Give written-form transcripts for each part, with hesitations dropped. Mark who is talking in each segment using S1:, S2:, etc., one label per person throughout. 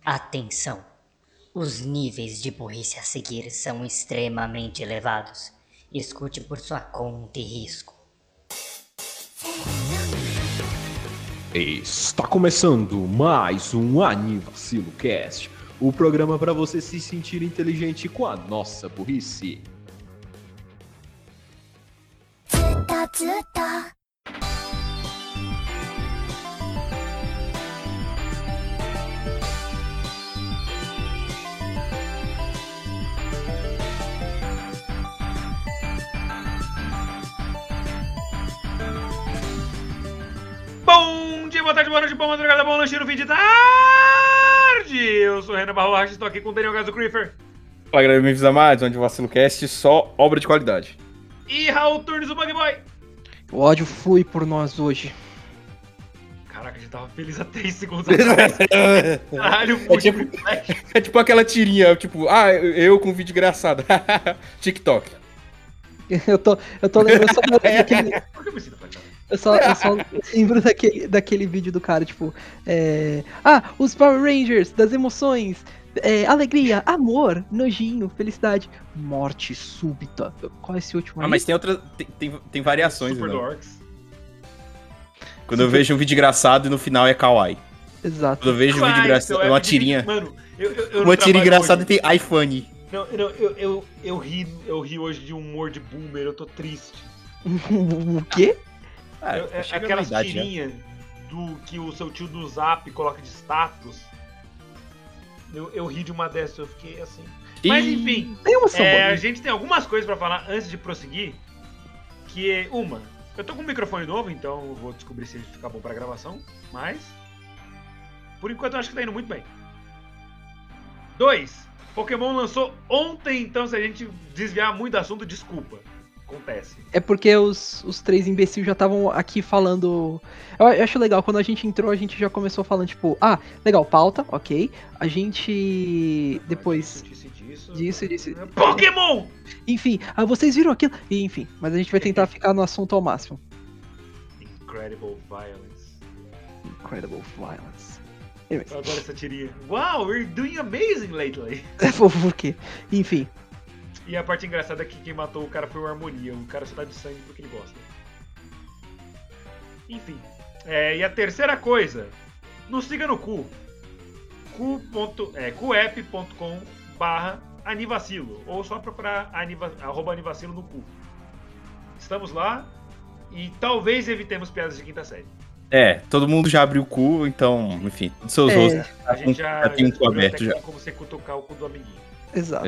S1: Atenção! Os níveis de burrice a seguir são extremamente elevados. Escute por sua conta e risco.
S2: Está começando mais um Anivacilo Cast, o programa para você se sentir inteligente com a nossa burrice.
S3: Bom dia, boa tarde, boa noite, boa madrugada, bom lanche no fim de tarde! Eu sou o Renan Barrocha, estou aqui com o Daniel Gazo Creeper.
S4: Fala galera, bem-vindos a mais um Anivacilo Cast, só obra de qualidade.
S3: E Raul Turnes, o Bug Boy.
S5: O ódio flui por nós hoje.
S3: Caraca, a gente tava feliz há 3 segundos atrás. Caralho,
S4: É tipo aquela tirinha, tipo, eu com um vídeo engraçado. TikTok.
S5: Eu tô lembrando só daquele.
S3: Por que eu me sinto pra cá?
S5: Eu só lembro daquele vídeo do cara, tipo. Os Power Rangers, das emoções. Alegria, amor, nojinho, felicidade, morte súbita. Qual é esse último aí?
S4: Mas tem outra. Tem variações,
S3: Super
S4: né?
S3: Dorks.
S4: Quando eu vejo um vídeo engraçado e no final é kawaii.
S5: Exato.
S4: Quando eu vejo um vídeo engraçado, é uma tirinha.
S3: Mano, eu
S4: Uma tirinha engraçada
S3: hoje.
S4: e tem iPhone.
S3: Não, eu ri hoje de humor de boomer, eu tô triste.
S5: O quê?
S3: Aquelas tirinhas do que o seu tio do Zap coloca de status. Eu ri de uma dessas, eu fiquei assim. Mas enfim,
S5: Tem uma samba.
S3: a gente tem algumas coisas pra falar antes de prosseguir. Que é eu tô com um microfone novo, então eu vou descobrir se ele fica bom pra gravação. Mas por enquanto eu acho que tá indo muito bem. 2. Pokémon lançou ontem, então se a gente desviar muito do assunto, desculpa. Acontece.
S5: É porque os três imbecis já estavam aqui falando. Eu acho legal, quando a gente entrou, a gente já começou falando, tipo, legal, pauta, ok. A gente. Depois. Disso.
S3: Pokémon!
S5: Enfim, vocês viram aquilo? E, enfim, mas a gente vai tentar ficar no assunto ao máximo.
S3: Incredible Violence.
S5: Incredible Violence.
S3: Eu adoro essa tirinha. Wow, we're doing amazing lately.
S5: Por quê? Enfim.
S3: E a parte engraçada é que quem matou o cara foi o Harmonia. O cara só tá de sangue porque ele gosta. Enfim. E a terceira coisa. Nos siga no cu. cuapp.com/anivacilo. Ou só procurar @anivacilo no cu. Estamos lá. E talvez evitemos piadas de quinta série.
S4: Todo mundo já abriu o cu, então, enfim, todos os seus rostos
S3: A gente já
S4: tem um cu
S3: descobriu
S4: aberto já.
S3: como você cutucar o cu do amiguinho.
S5: Exato.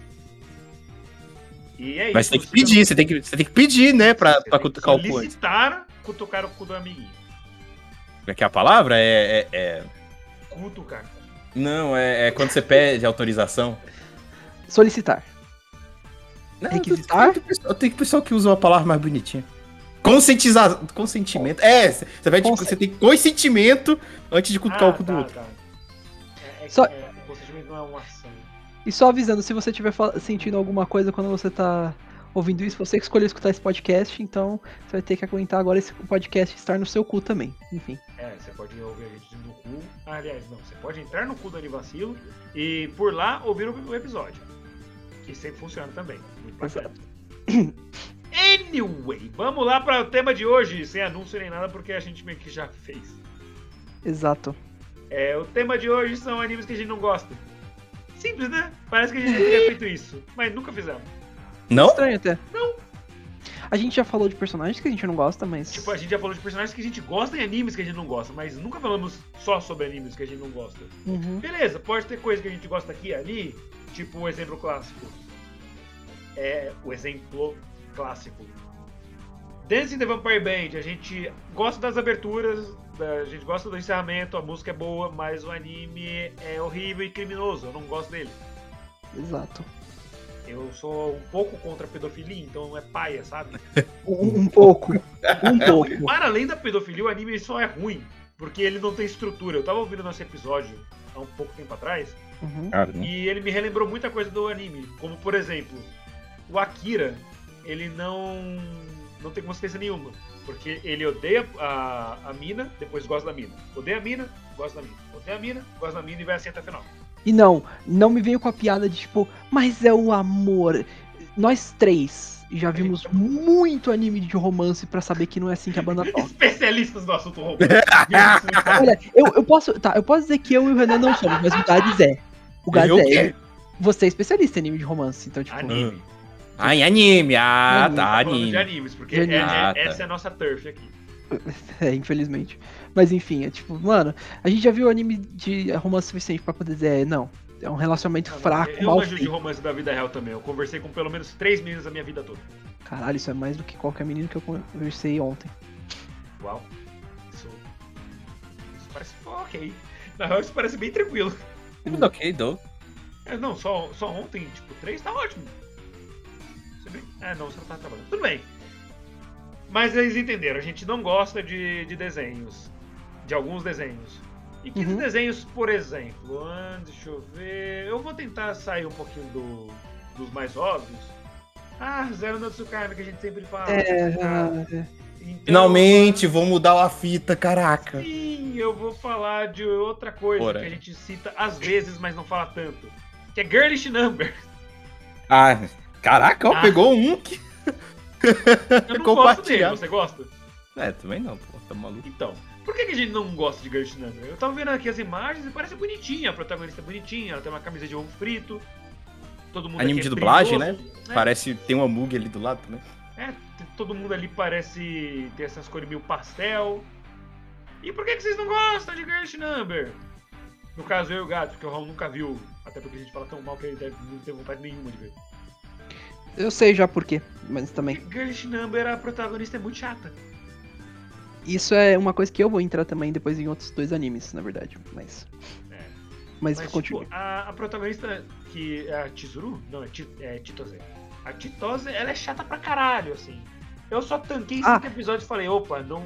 S3: E é
S4: Mas
S3: isso.
S4: tem que pedir, você tem que pedir, né, pra cutucar o cu.
S3: Solicitar cutucar o cu do amiguinho.
S4: Como é que é a palavra?
S3: Cutucar.
S4: Não, é quando você pede autorização.
S5: Solicitar.
S4: Não,
S5: Requisitar?
S4: Tem pessoal que usa uma palavra mais bonitinha. Consentimento. Você tem consentimento antes de cutucar o cu do outro.
S3: Tá.
S5: Só-
S3: O consentimento não é uma ação.
S5: E só avisando, se você estiver sentindo alguma coisa quando você tá ouvindo isso, você que escolheu escutar esse podcast, então você vai ter que aguentar agora esse podcast estar no seu cu também. Enfim.
S3: Você pode ouvir a gente no cu. Aliás, não. Você pode entrar no cu do Anivacilo e por lá ouvir o episódio. Que sempre funciona também. Muito bacana. Anyway, vamos lá para o tema de hoje, sem anúncio nem nada, porque a gente meio que já fez.
S5: Exato.
S3: O tema de hoje são animes que a gente não gosta. Simples, né? Parece que a gente já teria feito isso, mas nunca fizemos.
S4: Não?
S5: Estranho até.
S3: Não.
S5: A gente já falou de personagens que a gente não gosta, mas.
S3: Tipo, a gente já falou de personagens que a gente gosta e animes que a gente não gosta, mas nunca falamos só sobre animes que a gente não gosta.
S5: Uhum.
S3: Beleza, pode ter coisa que a gente gosta aqui e ali, tipo o exemplo clássico. Dancing the Vampire Band, a gente gosta das aberturas, a gente gosta do encerramento, a música é boa, mas o anime é horrível e criminoso, eu não gosto dele.
S5: Exato.
S3: Eu sou um pouco contra a pedofilia, então é paia, sabe?
S5: Um pouco. Um pouco.
S3: Para além da pedofilia, o anime só é ruim, porque ele não tem estrutura. Eu tava ouvindo nosso episódio há um pouco tempo atrás,
S5: Uhum.
S3: e ele me relembrou muita coisa do anime, como por exemplo, o Akira, ele não tem consistência nenhuma, porque ele odeia a mina, depois gosta da mina. Odeia a mina, gosto da mina. Odeio a mina, gosto da mina e vai assim até o final.
S5: E não me veio com a piada de tipo, mas é o amor. Nós três já vimos muito anime de romance pra saber que não é assim que a banda toca.
S3: Especialistas do assunto romance.
S5: Olha, eu posso dizer que eu e o Renan não somos, mas o Gades é. O Gades
S4: Eu
S5: é.
S4: quê?
S5: Você é especialista em anime de romance, então tipo...
S3: Anime.
S4: Ah, em anime. Ah,
S5: Anime.
S4: tá,
S3: Falando
S4: anime.
S3: de animes, porque
S5: De anime.
S3: essa é a nossa turf aqui.
S5: infelizmente. Mas enfim, é tipo, mano, a gente já viu anime de romance suficiente pra poder dizer, não, é um relacionamento fraco,
S3: Eu
S5: mal
S3: manjo de
S5: feito.
S3: romance da vida real também. Eu conversei com pelo menos 3 meninas a minha vida toda.
S5: Caralho, isso é mais do que qualquer menino que eu conversei ontem.
S3: Uau. Isso parece ok. Na real, isso parece bem tranquilo.
S4: Tudo ok, dou.
S3: Não, só ontem, tipo, 3 tá ótimo. Você bem... não, você não tá trabalhando. Tudo bem. Mas eles entenderam, a gente não gosta de desenhos. De alguns desenhos. E que desenhos, por exemplo? Deixa eu ver. Eu vou tentar sair um pouquinho dos mais óbvios. Zero no Tsukaima, que a gente sempre fala. Então,
S4: Finalmente, vou mudar a fita, caraca.
S3: sim, eu vou falar de outra coisa
S4: Bora.
S3: que a gente cita às vezes, mas não fala tanto. Que é Girlish Number.
S4: Ah, caraca, ó, pegou um que...
S3: Eu não gosto dele, você gosta?
S4: É, também não, pô, tá maluco.
S3: Então, por que a gente não gosta de Girlish Number? Eu tava vendo aqui as imagens e parece bonitinha, a protagonista é bonitinha, ela tem uma camisa de ovo frito, todo mundo
S4: Anime
S3: aqui
S4: de
S3: é
S4: dublagem,
S3: brilhoso,
S4: né? Parece, tem uma Mug ali do lado também.
S3: Todo mundo ali parece ter essas cores meio pastel. E por que vocês não gostam de Girlish Number? No caso, eu e o Gato, porque o Raul nunca viu, até porque a gente fala tão mal que ele deve não ter vontade nenhuma de ver.
S5: Eu sei já por quê, mas também.
S3: Girlish Number, a protagonista é muito chata.
S5: Isso é uma coisa que eu vou entrar também depois em outros 2 animes, na verdade. Mas
S3: Mas
S5: continua.
S3: tipo, a protagonista, que é a Chizuru, não, é Chitose. A Chitose, ela é chata pra caralho, assim. Eu só tanquei 5 episódios e falei, opa, não...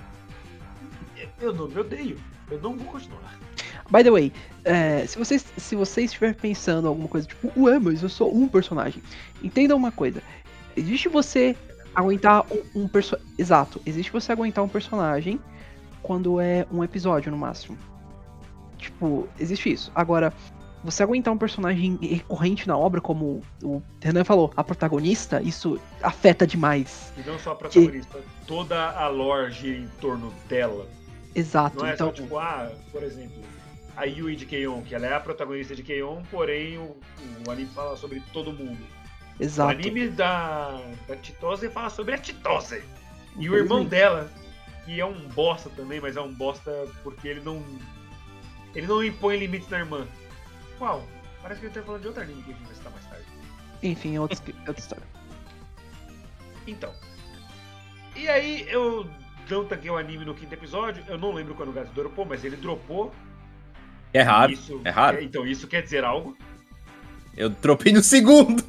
S3: Eu não me odeio, eu não vou continuar.
S5: By the way, se você estiver pensando alguma coisa tipo, ué, mas eu sou um personagem. Entenda uma coisa. Existe você aguentar um personagem. Exato, existe você aguentar um personagem quando é um episódio no máximo. Tipo, existe isso. Agora, você aguentar um personagem recorrente na obra, como o Renan falou, a protagonista, isso afeta demais.
S3: E não só a protagonista, toda a lore gira em torno dela.
S5: Exato.
S3: Não é
S5: então,
S3: só tipo, por exemplo, a Yui de Keion, que ela é a protagonista de Keion, porém o anime fala sobre todo mundo.
S5: exato.
S3: O anime da Chitose fala sobre a Chitose. E o irmão dela, que é um bosta também, mas é um bosta porque ele não impõe limites na irmã. Uau, parece que ele tá falando de outro anime que a gente vai citar mais tarde.
S5: Enfim, é outra história.
S3: Então. E aí eu não tanquei o anime no 5º episódio, eu não lembro quando o Gato dropou, mas ele dropou.
S4: É raro,
S3: Isso,
S4: é raro.
S3: Então isso quer dizer algo.
S4: Eu tropei no segundo.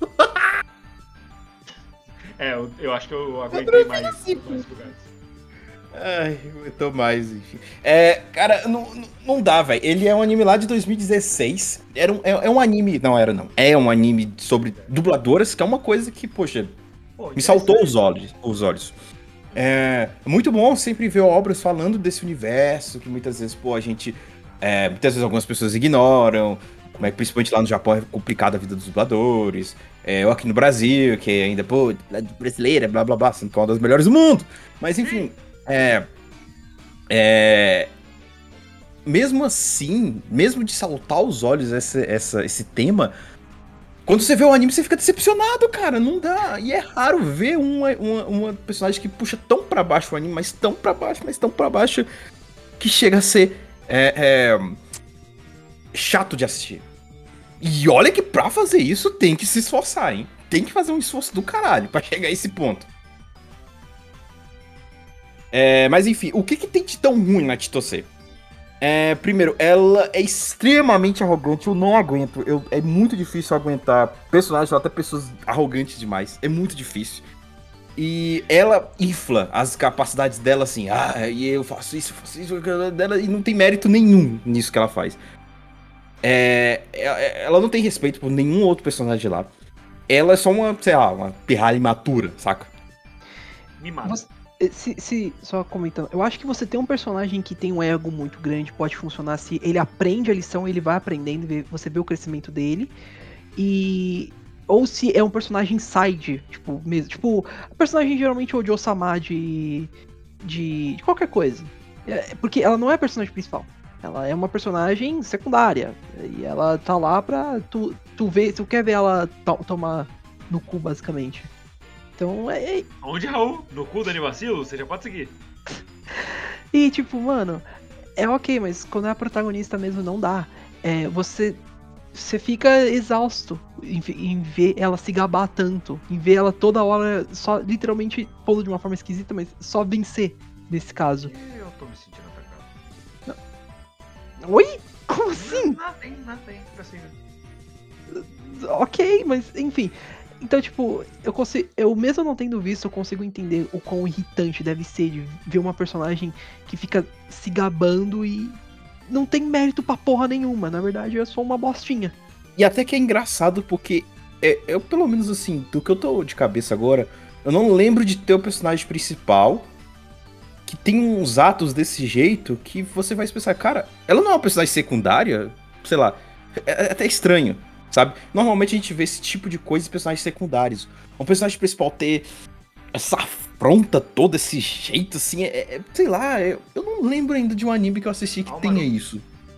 S3: Eu acho que eu aguentei mais lugares.
S4: Ai, eu tô mais, enfim. Cara, não dá, velho. Ele é um anime lá de 2016. É um anime. Não era, não. É um anime sobre dubladoras, que é uma coisa que, poxa, me saltou os olhos. É muito bom sempre ver obras falando desse universo, que muitas vezes, pô, a gente. Muitas vezes algumas pessoas ignoram. Como é que principalmente lá no Japão é complicada a vida dos dubladores. Eu aqui no Brasil, que ainda, pô, brasileira, blá blá blá, sendo que é uma das melhores do mundo. Mas enfim. Mesmo assim, mesmo de saltar os olhos esse tema, quando você vê o anime, você fica decepcionado, cara. Não dá. E é raro ver uma personagem que puxa tão pra baixo o anime, mas tão pra baixo, que chega a ser chato de assistir. E olha que pra fazer isso tem que se esforçar, hein? Tem que fazer um esforço do caralho pra chegar a esse ponto. Mas enfim, o que tem de tão ruim na Chitose? Primeiro, ela é extremamente arrogante, eu não aguento. É muito difícil aguentar personagens, até pessoas arrogantes demais. É muito difícil. E ela infla as capacidades dela assim. E eu faço isso, dela, e não tem mérito nenhum nisso que ela faz. Ela não tem respeito por nenhum outro personagem lá. Ela é só uma, sei lá, uma pirralha imatura, saca?
S3: Mimada.
S5: Só comentando, eu acho que você tem um personagem que tem um ego muito grande, pode funcionar se ele aprende a lição, ele vai aprendendo, você vê o crescimento dele. Ou se é um personagem side, tipo, mesmo. Tipo, o personagem geralmente é o Joe-sama de qualquer coisa. Porque ela não é a personagem principal. Ela é uma personagem secundária. E ela tá lá pra tu quer ver ela tomar no cu, basicamente. Então,
S3: Onde, Raul? No cu do Animacilo? Você já pode seguir.
S5: E, tipo, mano, é ok, mas quando é a protagonista mesmo, não dá. Você fica exausto em ver ela se gabar tanto, em ver ela toda hora só, literalmente, falando de uma forma esquisita, mas só vencer, nesse caso.
S3: Eu tô me sentindo atacado.
S5: Oi? Como assim?
S3: Nada bem, prossiga.
S5: Ok, mas enfim. Então, tipo, eu mesmo não tendo visto, eu consigo entender o quão irritante deve ser de ver uma personagem que fica se gabando e não tem mérito pra porra nenhuma. Na verdade, é só uma bostinha.
S4: E até que é engraçado porque eu, pelo menos assim, do que eu tô de cabeça agora, eu não lembro de ter o personagem principal que tem uns atos desse jeito que você vai pensar, cara, ela não é uma personagem secundária? Sei lá, é até estranho, sabe? Normalmente a gente vê esse tipo de coisa em personagens secundários. Um personagem principal ter essa afronta toda, esse jeito, assim, sei lá, eu não lembro ainda de um anime que eu assisti que tenha isso.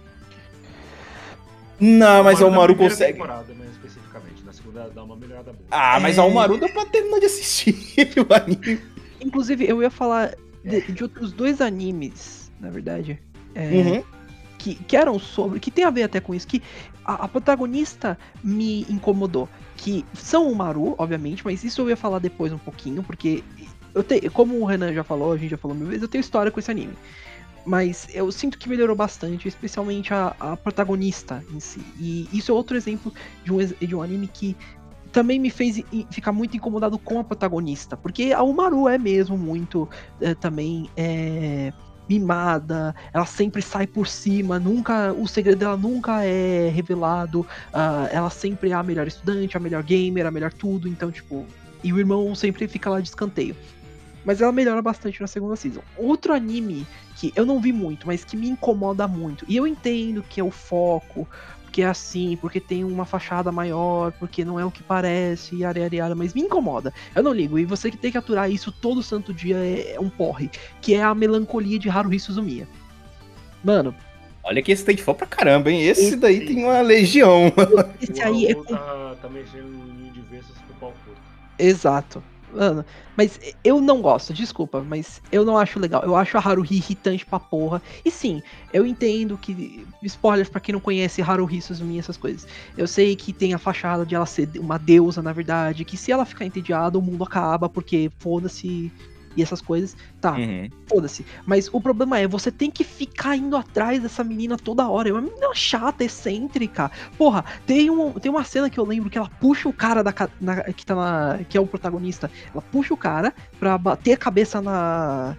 S4: Não, mas a Umaru consegue.
S3: Temporada, né, especificamente. Na segunda dá uma melhorada boa.
S4: Ah, mas a Umaru dá pra terminar de assistir o anime.
S5: Inclusive, eu ia falar de outros dois animes, na verdade. Que eram sobre. Que tem a ver até com isso. Que a protagonista me incomodou. Que são o Maru, obviamente, mas isso eu ia falar depois um pouquinho, porque como o Renan já falou, a gente já falou mil vezes, eu tenho história com esse anime. Mas eu sinto que melhorou bastante, especialmente a protagonista em si. E isso é outro exemplo de um anime que também me fez ficar muito incomodado com a protagonista. Porque a Umaru é mesmo muito também mimada, ela sempre sai por cima, o segredo dela nunca é revelado, ela sempre é a melhor estudante, a melhor gamer, a melhor tudo, então, tipo, e o irmão sempre fica lá de escanteio. Mas ela melhora bastante na segunda season. Outro anime que eu não vi muito, mas que me incomoda muito, e eu entendo que é o foco, porque é assim, porque tem uma fachada maior, porque não é o que parece, yara, mas me incomoda. Eu não ligo, e você que tem que aturar isso todo santo dia é um porre, que é a melancolia de Haruhi Suzumiya. Mano...
S4: Olha que esse tem fã pra caramba, hein? Esse daí tem uma legião.
S5: Esse aí
S3: tá mexendo no diversos com o pau curto.
S5: Exato. Mano, mas eu não gosto, desculpa, mas eu não acho legal. Eu acho a Haruhi irritante pra porra. E sim, eu entendo que... Spoilers pra quem não conhece Haruhi Suzumiya, essas coisas. Eu sei que tem a fachada de ela ser uma deusa, na verdade, que se ela ficar entediada, o mundo acaba, porque foda-se e essas coisas. Tá, foda-se. Mas o problema é, você tem que ficar indo atrás dessa menina toda hora. É uma menina chata, excêntrica. Porra, tem uma cena que eu lembro que ela puxa o cara que é o protagonista. Ela puxa o cara pra bater a cabeça na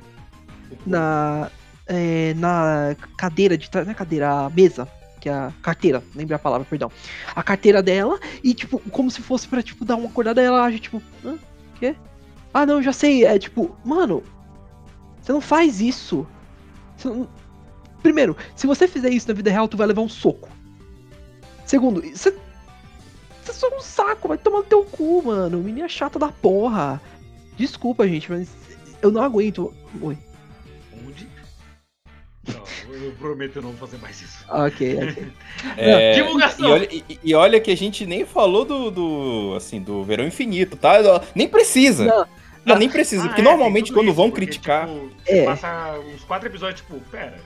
S5: cadeira de trás. Não é cadeira, a mesa. Que é a carteira, lembrei a palavra, perdão. A carteira dela. E, tipo, como se fosse pra, tipo, dar uma acordada. Ela age, tipo, quê? Ah, não, já sei. É tipo, mano, você não faz isso. Primeiro, se você fizer isso na vida real, tu vai levar um soco. Segundo, você é só um saco, vai tomar no teu cu, mano. Menina chata da porra. Desculpa, gente, mas eu não aguento. Oi.
S3: Onde? Não, eu prometo não fazer mais isso.
S5: Ok.
S3: Divulgação!
S4: E olha que a gente nem falou do Verão Infinito, tá? Nem precisa. Não, nem precisa, porque normalmente quando vão criticar...
S3: Tipo, você passa uns 4 episódios, tipo, pera.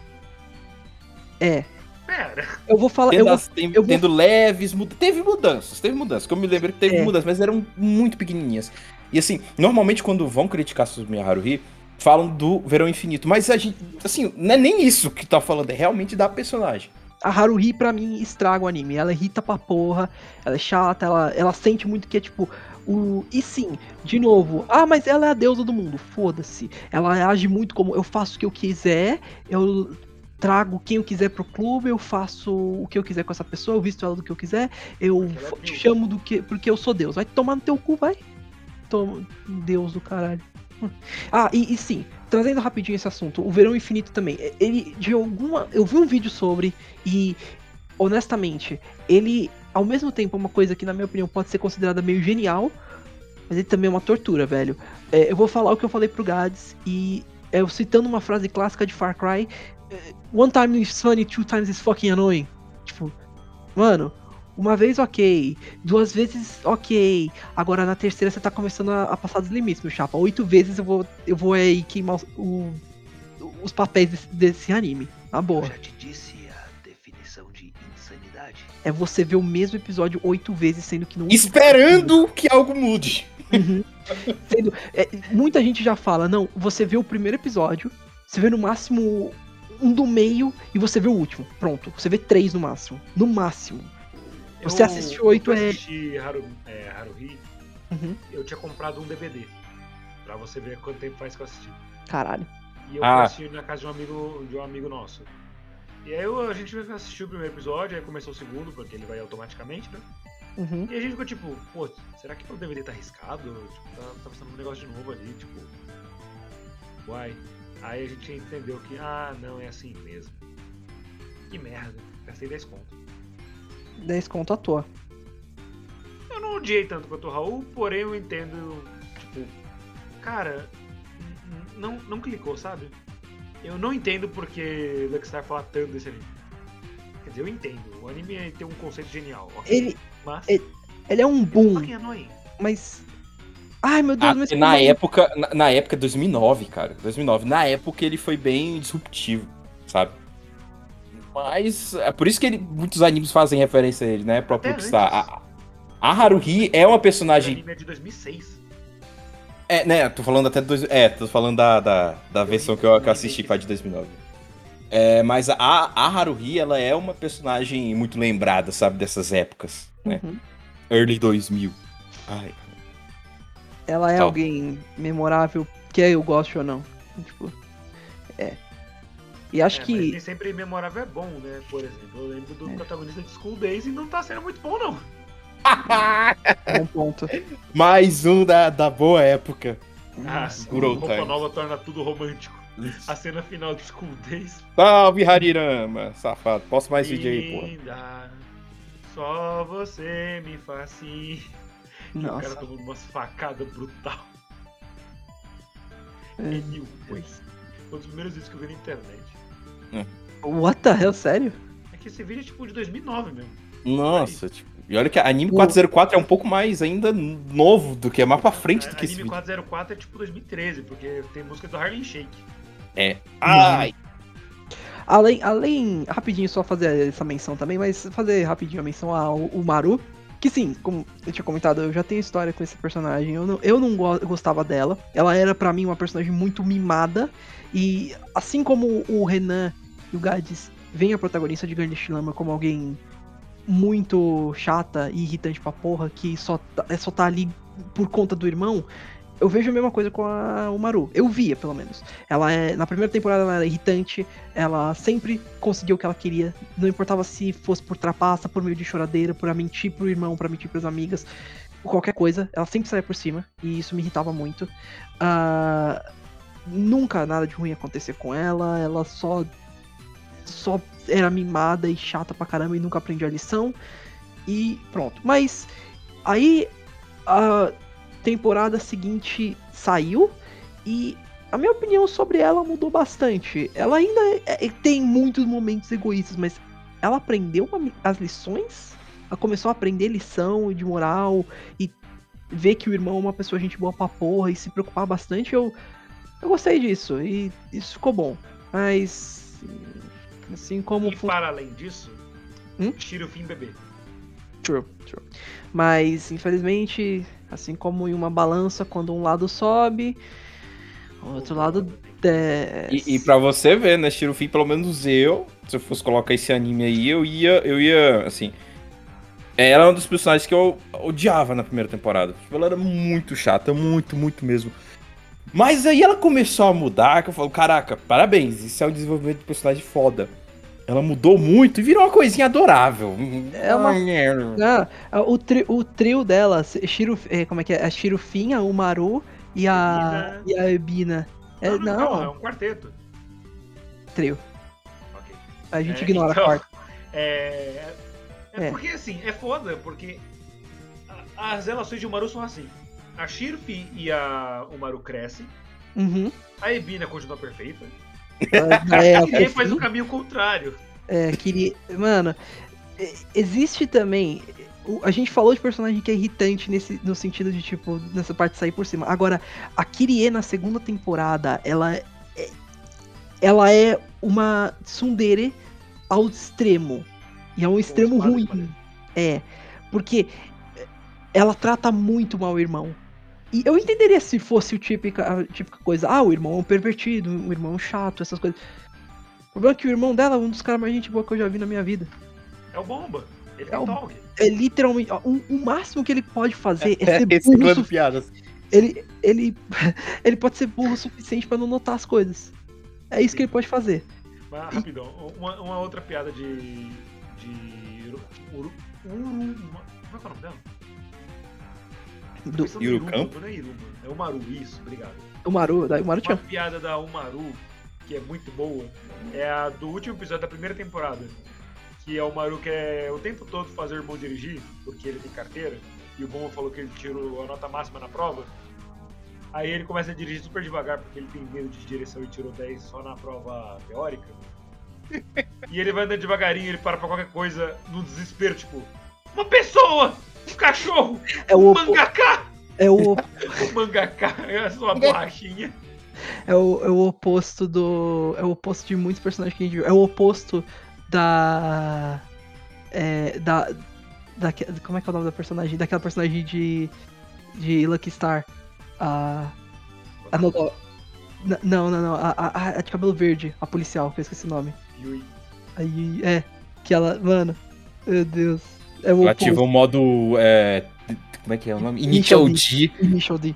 S5: Eu vou falar...
S4: Tendo leves... Teve mudanças, que eu me lembro que teve mudanças, mas eram muito pequenininhas. E assim, normalmente quando vão criticar Suzumiya Haruhi, falam do Verão Infinito, mas a gente, assim, não é nem isso que tá falando, é realmente da personagem.
S5: A Haruhi, pra mim, estraga o anime. Ela irrita pra porra, ela é chata, ela sente muito que é tipo... E sim, de novo, mas ela é a deusa do mundo, foda-se. Ela age muito como eu faço o que eu quiser, eu trago quem eu quiser pro clube, eu faço o que eu quiser com essa pessoa, eu visto ela do que eu quiser, eu te chamo porque eu sou Deus. Vai tomar no teu cu, vai. Deus do caralho. E sim, trazendo rapidinho esse assunto, o Verão Infinito também. Ele, eu vi um vídeo sobre e, honestamente, ele, ao mesmo tempo, é uma coisa que, na minha opinião, pode ser considerada meio genial, mas ele também é uma tortura, velho. Eu vou falar o que eu falei pro Gads e eu citando uma frase clássica de Far Cry: One time is funny, two times is fucking annoying. Tipo, mano, uma vez ok, 2 vezes ok, agora na terceira você tá começando a passar dos limites, meu chapa. 8 vezes eu vou aí queimar os papéis desse anime, na boa.
S6: Já te disse a definição de insanidade.
S5: É você ver o mesmo episódio 8 vezes, sendo que não.
S4: Esperando que algo mude.
S5: Uhum. Muita gente já fala, não, você vê o primeiro episódio, você vê no máximo um do meio e você vê o último. Pronto, você vê 3 no máximo. No máximo. Você assistiu 8
S3: eu assisti Haruhi,
S5: Uhum.
S3: eu tinha comprado um DVD. Pra você ver quanto tempo faz que eu assisti.
S5: Caralho.
S3: E eu fui assistir na casa de um amigo nosso. E aí a gente assistiu o primeiro episódio, aí começou o segundo, porque ele vai automaticamente, né?
S5: Uhum.
S3: E a gente ficou tipo, pô, será que o DVD tá arriscado? Tipo, tá passando um negócio de novo ali, tipo. Uai. Aí a gente entendeu que, não, é assim mesmo. Que merda, gastei 10 conto.
S5: 10 conto à toa.
S3: Eu não odiei tanto quanto o Raul, porém eu entendo, tipo, cara, não clicou, sabe? Eu não entendo porque Luckstar fala tanto desse anime. Quer dizer, eu entendo, o anime tem um conceito genial, ok? Mas
S5: Ele é um boom,
S3: fucking annoying.
S5: mas... Ai, meu Deus, mas...
S4: Na época, 2009, cara. 2009. Na época ele foi bem disruptivo, sabe? Mas é por isso que muitos animes fazem referência a ele, né? Pro Luckstar. A Haruhi é uma
S3: O
S4: personagem...
S3: anime é de 2006.
S4: né? Tô falando até tô falando da versão que eu assisti, que foi de 2009. Mas a Haruhi, ela é uma personagem muito lembrada, sabe? Dessas épocas, né?
S5: Uhum.
S4: Early 2000. Ai.
S5: Ela é
S4: Só.
S5: alguém memorável, quer eu goste ou não. Tipo, E acho
S3: Mas
S5: que...
S3: nem sempre memorável é bom, né? Por exemplo, eu lembro do protagonista de School Days e não tá sendo muito bom, não.
S5: Bom ponto.
S4: Mais um da boa época. Good old
S3: Roupa
S4: times.
S3: nova torna tudo romântico. A cena final de School Days.
S4: Salve, Harirama, safado. Posso mais vídeo aí, porra.
S3: Linda, só você me fascina. E o cara
S5: Nossa.
S3: tomando umas facadas brutal.
S5: É.
S3: Foi um dos primeiros vídeos que eu vi na internet.
S5: What the hell, sério?
S3: É que esse vídeo é tipo de 2009 mesmo.
S4: Nossa, tipo... E olha que a Anime 404 é um pouco mais ainda novo do que, é mais pra frente do que esse
S3: Anime
S4: vídeo.
S3: 404 é tipo 2013, porque tem música do Harlem Shake.
S4: Ai!
S5: Além, rapidinho, só fazer essa menção também, mas fazer rapidinho a menção ao Maru, que sim, como eu tinha comentado, eu já tenho história com esse personagem, eu não gostava dela, ela era pra mim uma personagem muito mimada, e assim como o Renan e o Gades veem a protagonista de Garnish Lama como alguém muito chata e irritante pra porra, que só tá ali por conta do irmão, eu vejo a mesma coisa com o Maru. Eu via, pelo menos. Na primeira temporada ela era irritante, ela sempre conseguia o que ela queria, não importava se fosse por trapaça, por meio de choradeira, por mentir pro irmão, pra mentir pras amigas, qualquer coisa, ela sempre saía por cima, e isso me irritava muito. Nunca nada de ruim acontecer com ela só era mimada e chata pra caramba e nunca aprendia a lição, e pronto. Mas aí a temporada seguinte saiu e a minha opinião sobre ela mudou bastante. Ela ainda tem muitos momentos egoístas, mas ela aprendeu as lições, ela começou a aprender lição de moral e ver que o irmão é uma pessoa gente boa pra porra e se preocupar bastante. Eu gostei disso e isso ficou bom, mas assim como...
S3: E para além disso, tira o fim bebê.
S5: True. Mas, infelizmente, assim como em uma balança, quando um lado sobe, o outro lado desce.
S4: E pra você ver, né, Shirufin, pelo menos se eu fosse colocar esse anime aí, eu ia, assim... Ela é uma dos personagens que eu odiava na primeira temporada. Ela era muito chata, muito, muito mesmo. Mas aí ela começou a mudar, que eu falo, caraca, parabéns, isso é um desenvolvimento de personagem foda. Ela mudou muito e virou uma coisinha adorável.
S5: O trio dela, como é que é? A Shirufin, a Umaru e a Ebina.
S3: Não, é um quarteto.
S5: Trio.
S3: Ok.
S5: A gente ignora
S3: então,
S5: a quarta.
S3: É porque assim, é foda, porque as relações de Umaru são assim. A Shirfi e a Umaru crescem,
S5: Uhum.
S3: a Ebina continua perfeita,
S5: A
S3: e Kirie faz o caminho contrário.
S5: queria. Mano, existe também. A gente falou de personagem que é irritante no sentido de, tipo, nessa parte de sair por cima. Agora, a Kirie na segunda temporada, ela é uma tsundere ao extremo. E é um extremo
S3: espada de
S5: ruim.
S3: poder.
S5: Porque ela trata muito mal o irmão. E eu entenderia se fosse a típica coisa. Ah, o irmão é um pervertido, o irmão é um chato, essas coisas. O problema é que o irmão dela é um dos caras mais gente boa que eu já vi na minha vida.
S3: É o Bomba. Ele
S5: É
S3: tem
S5: o-
S3: Tog.
S5: É literalmente. O máximo que ele pode fazer é ser burro
S4: Reciclando piadas.
S5: ele, ele pode ser burro o suficiente pra não notar as coisas. É isso que ele pode fazer.
S3: Mas, rapidão, uma outra piada de como é que é o nome dela?
S5: Do
S3: Pensando em
S4: Irukam?
S3: Não é Iruma, é Umaru, isso, obrigado.
S5: Umaru, daí o Umaru
S3: Uma
S5: tinha.
S3: piada da Umaru, que é muito boa, é a do último episódio da primeira temporada. Que é o Umaru que é o tempo todo fazer o irmão dirigir, porque ele tem carteira, e o Bomba falou que ele tirou a nota máxima na prova. Aí ele começa a dirigir super devagar, porque ele tem medo de direção e tirou 10 só na prova teórica. E ele vai andando devagarinho, ele para pra qualquer coisa no desespero, tipo, uma pessoa! Um cachorro!
S5: É
S3: Um
S5: o,
S3: mangaká!
S5: é o,
S3: Um mangaká é a sua borrachinha.
S5: é o oposto do. É o oposto de muitos personagens que a gente viu. É o oposto da. Como é que é o nome da personagem? Daquela personagem de Lucky Star. A Nodó. Não. A de cabelo verde, a policial, que eu esqueci o nome.
S3: Yui.
S5: Aí, que ela. Mano, meu Deus. É o
S4: Ela ativa o modo. Como é que é o nome? Initial D.
S5: Initial D.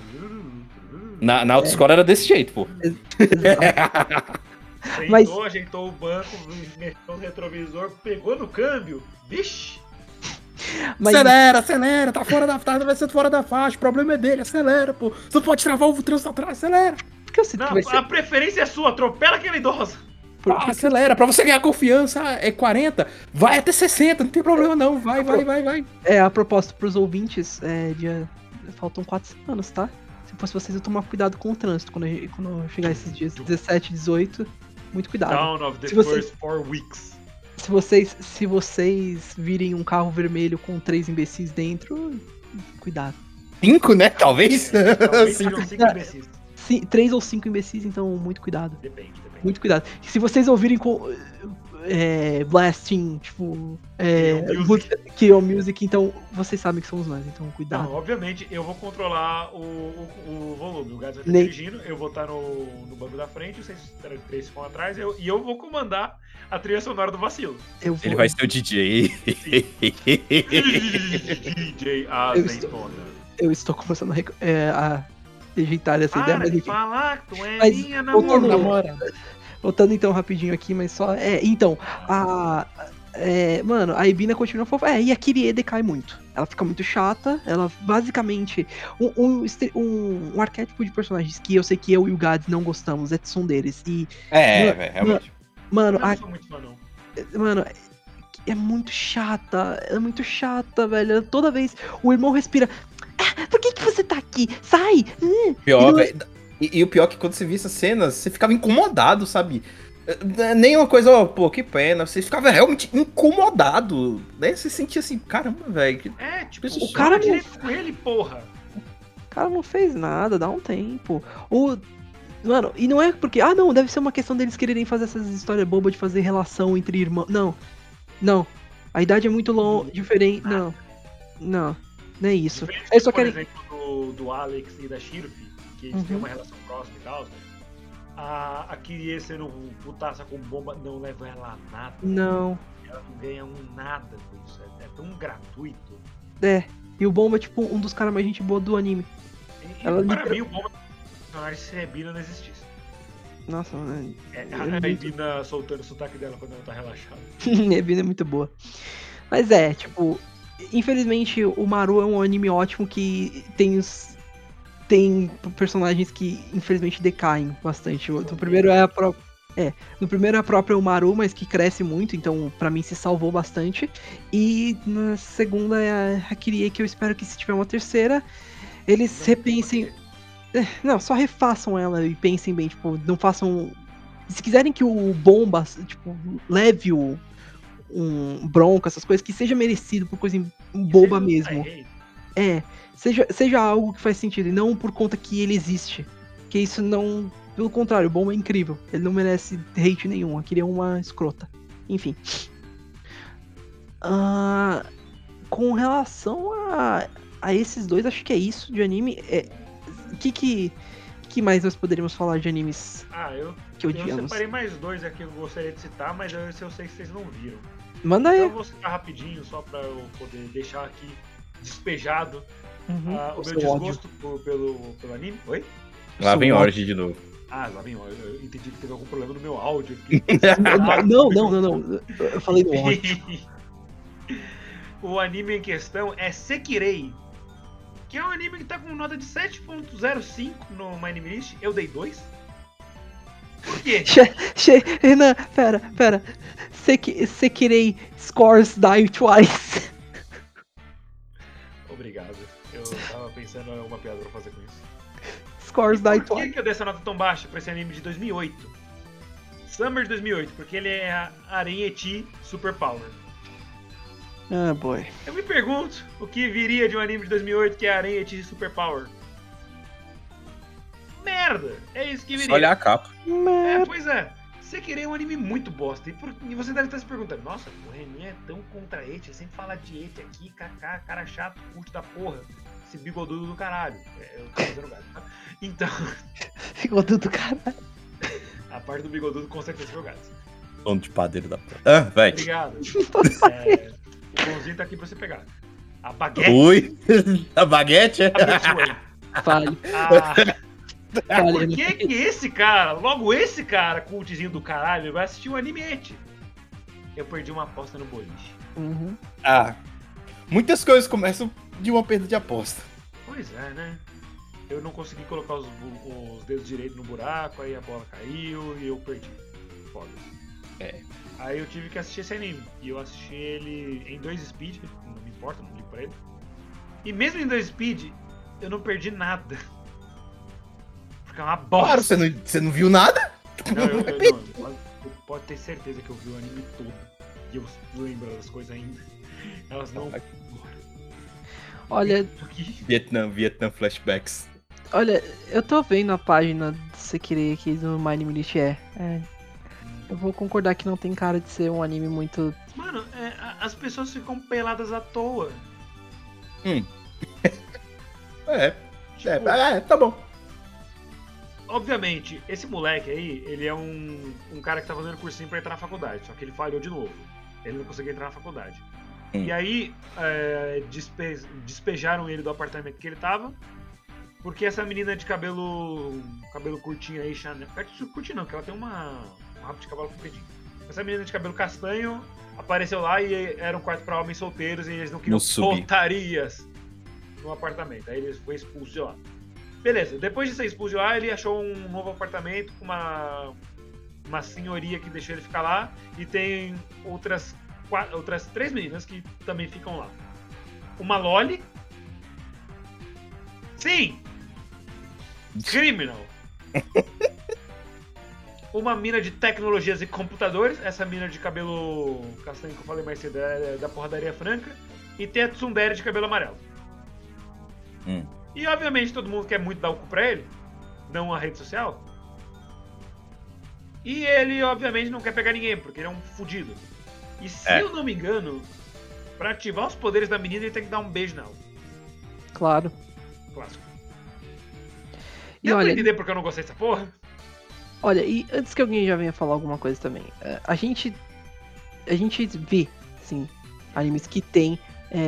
S4: Na autoescola era desse jeito, pô.
S5: Exato.
S3: Sentou,
S5: Mas-
S3: ajeitou o banco, mexeu no retrovisor, pegou no câmbio. Vixe!
S5: Mas
S4: Acelera, tá vai ser fora da faixa, o problema é dele, acelera, pô. Você não pode travar o trânsito atrás, acelera.
S5: por que eu sinto
S3: Não,
S5: que vai ser.
S3: a preferência é sua, atropela aquela idosa.
S4: Acelera, pra você ganhar confiança é 40, vai até 60, não tem problema não, vai.
S5: A propósito pros ouvintes, faltam 4 semanas, tá? Se fosse vocês, eu tomar cuidado com o trânsito quando chegar esses dias 17, 18. Muito cuidado.
S3: Down of the
S5: Se você-
S3: first 4 weeks.
S5: Se vocês virem um carro vermelho com 3 imbecis dentro, cuidado.
S4: 5, né, talvez?
S3: Talvez
S4: Cinco.
S3: sejam 5 imbecis.
S5: 3 ou 5 imbecis, então muito cuidado.
S3: Depende.
S5: Muito cuidado. E se vocês ouvirem com blasting, tipo, Kill Music, então vocês sabem que somos nós, então cuidado.
S3: Não, obviamente eu vou controlar o volume. O Gás vai estar
S5: Nem-
S3: dirigindo, eu vou estar no banco da frente, vocês três ficam atrás, e eu vou comandar a trilha sonora do vacilo.
S5: Eu vou-
S4: Ele vai ser o DJ.
S3: DJ Azeitona.
S5: Eu estou começando a rejeitar essa ideia,
S3: Para
S5: mas
S3: de
S5: enfim.
S3: falar que tu é
S5: Mas,
S3: minha
S5: voltando-
S3: namorada.
S5: Voltando então rapidinho aqui, mas só. Então, mano, a Ebina continua fofa. E a Kirie decai muito. Ela fica muito chata. Ela basicamente. Um arquétipo de personagens que eu sei que eu e o Gads não gostamos é Tsunderes. E,
S4: Velho, realmente.
S5: mano,
S3: Eu não sou muito fã, não.
S5: mano, é muito chata. É muito chata, velho. Toda vez o irmão respira. Ah, por que você tá aqui? Sai!
S4: Pior,
S5: E não-
S4: velho. E o pior é que quando você via essas cenas, você ficava incomodado, sabe? Nem uma coisa, ó, pô, que pena. Você ficava realmente incomodado, né? Você sentia assim, caramba, velho.
S3: É, tipo,
S5: O cara não-
S3: direito com ele, porra.
S5: O cara não fez nada, dá um tempo. Mano, e não é porque. Ah, não, deve ser uma questão deles quererem fazer essas histórias bobas de fazer relação entre irmãos. Não. A idade é muito diferente. Não é isso.
S3: Diferente,
S5: Eles só
S3: por
S5: querem.
S3: exemplo, do Alex e da Shirfi, que eles têm uma relação próxima e tal, né? A Kirie sendo putaça com bomba não leva ela a nada.
S5: Não.
S3: Ela não ganha nada com isso. É tão gratuito.
S5: E o Bomba é tipo um dos caras mais gente boa do anime.
S3: E
S5: Ela
S3: para
S5: literal-
S3: mim, o bomba personagem se a Ebina não existisse.
S5: Nossa, mano.
S3: A Ebina soltando o sotaque dela quando ela tá relaxada.
S5: A Ebina é muito boa. Mas tipo, infelizmente o Maru é um anime ótimo que tem tem personagens que infelizmente decaem bastante. No primeiro é a própria. No primeiro é a própria Umaru, mas que cresce muito, então pra mim se salvou bastante. E na segunda é a Kirie, que eu espero que se tiver uma terceira, eles repensem. Não, só refaçam ela e pensem bem, tipo, não façam. Se quiserem que o Bomba, tipo, leve um bronca, essas coisas, que seja merecido por coisa boba mesmo. Seja algo que faz sentido, e não por conta que ele existe. Que isso não. Pelo contrário, o Bomba é incrível. Ele não merece hate nenhum. Aquele é uma escrota. Enfim. Com relação a esses dois, acho que é isso de anime. Que mais nós poderíamos falar de animes que
S3: Eu
S5: odiamos?
S3: separei mais dois aqui que eu gostaria de citar, mas esse eu sei que vocês não viram.
S5: Manda
S3: Então
S5: aí.
S3: eu vou citar rapidinho, só pra eu poder deixar aqui despejado o meu
S5: seu
S3: desgosto pelo anime. Oi?
S4: Lá vem
S5: Seu
S4: Origin de novo.
S3: Lá vem, eu entendi que teve algum problema no meu áudio aqui.
S5: Não. Eu falei no ódio.
S3: O anime em questão é Sekirei, que é um anime que tá com nota de 7.05 no My Anime List. Eu dei 2. Por quê?
S5: Renan, pera. Sekirei scores die twice.
S3: Obrigado. Eu tava pensando em alguma piada pra fazer com isso.
S5: Scores die
S3: Por
S5: twice.
S3: que eu dei essa nota tão baixa pra esse anime de 2008? Summer de 2008, porque ele é a Arenhechi Super Power.
S5: Ah, boy.
S3: Eu me pergunto o que viria de um anime de 2008 que é a Arenhechi Super Power. Merda! É isso que viria.
S4: Só olhar a capa.
S3: Pois é. Sekirei é um anime muito bosta. E você deve estar se perguntando, nossa, o Renan é tão contra Eti, sempre fala de Eti aqui, kaká, cara chato, curto da porra. Esse bigodudo do caralho. Eu tô fazendo gato, tá? Então,
S5: Bigodudo do caralho.
S3: a parte do bigodudo com certeza foi o gato.
S4: Dono de padeiro da porra. Vai.
S3: Obrigado. O pãozinho tá aqui pra você pegar. A baguete.
S4: Ui. A baguete?
S3: Abençoe.
S5: Fale.
S3: Por que esse cara, logo esse cara, cultzinho do caralho, vai assistir um anime Eti? Eu perdi uma aposta no boliche.
S5: Uhum.
S4: Muitas coisas começam de uma perda de aposta.
S3: Pois é, né? Eu não consegui colocar os dedos direitos no buraco, aí a bola caiu e eu perdi. Foda. Aí eu tive que assistir esse anime. E eu assisti ele em 2 speed, não me importa, não ligo pra ele. E mesmo em 2 speed, eu não perdi nada. Porque é uma bosta.
S4: Claro, você não viu nada?
S3: Eu pode ter certeza que eu vi o anime todo. E eu lembro das coisas ainda. Elas não.
S5: Olha,
S4: Vietnam flashbacks.
S5: olha, eu tô vendo a página do Sekirei aqui do My Anime List. Eu vou concordar que não tem cara de ser um anime muito.
S3: Mano, as pessoas ficam peladas à toa.
S4: Tá bom.
S3: Obviamente, esse moleque aí, ele é um cara que tá fazendo cursinho pra entrar na faculdade, só que ele falhou de novo. Ele não conseguiu entrar na faculdade. E aí, despejaram ele do apartamento que ele tava, porque essa menina de cabelo curtinho aí, Chanel, curtinho não, porque ela tem um rabo de cavalo compridinho. Essa menina de cabelo castanho apareceu lá e era um quarto pra homens solteiros e eles não queriam voltarias no apartamento. Aí ele foi expulso de lá. Beleza, depois de ser expulso de lá, ele achou um novo apartamento com uma senhoria que deixou ele ficar lá e tem outras 3 meninas que também ficam lá. Uma Loli. Sim! Criminal! Uma mina de tecnologias e computadores. Essa mina de cabelo castanho que eu falei mais cedo é da Porradaria Franca. E tem a Tsundere de cabelo amarelo. E obviamente todo mundo quer muito dar o cu pra ele. Não a rede social. E ele obviamente não quer pegar ninguém, porque ele é um fudido. E se eu não me engano, pra ativar os poderes da menina, ele tem que dar um beijo nela.
S5: Claro.
S3: Clássico.
S5: E
S3: Deu pra
S5: olha,
S3: entender porque eu não gostei dessa porra?
S5: olha, e antes que alguém já venha falar alguma coisa também, a gente vê, sim, animes que tem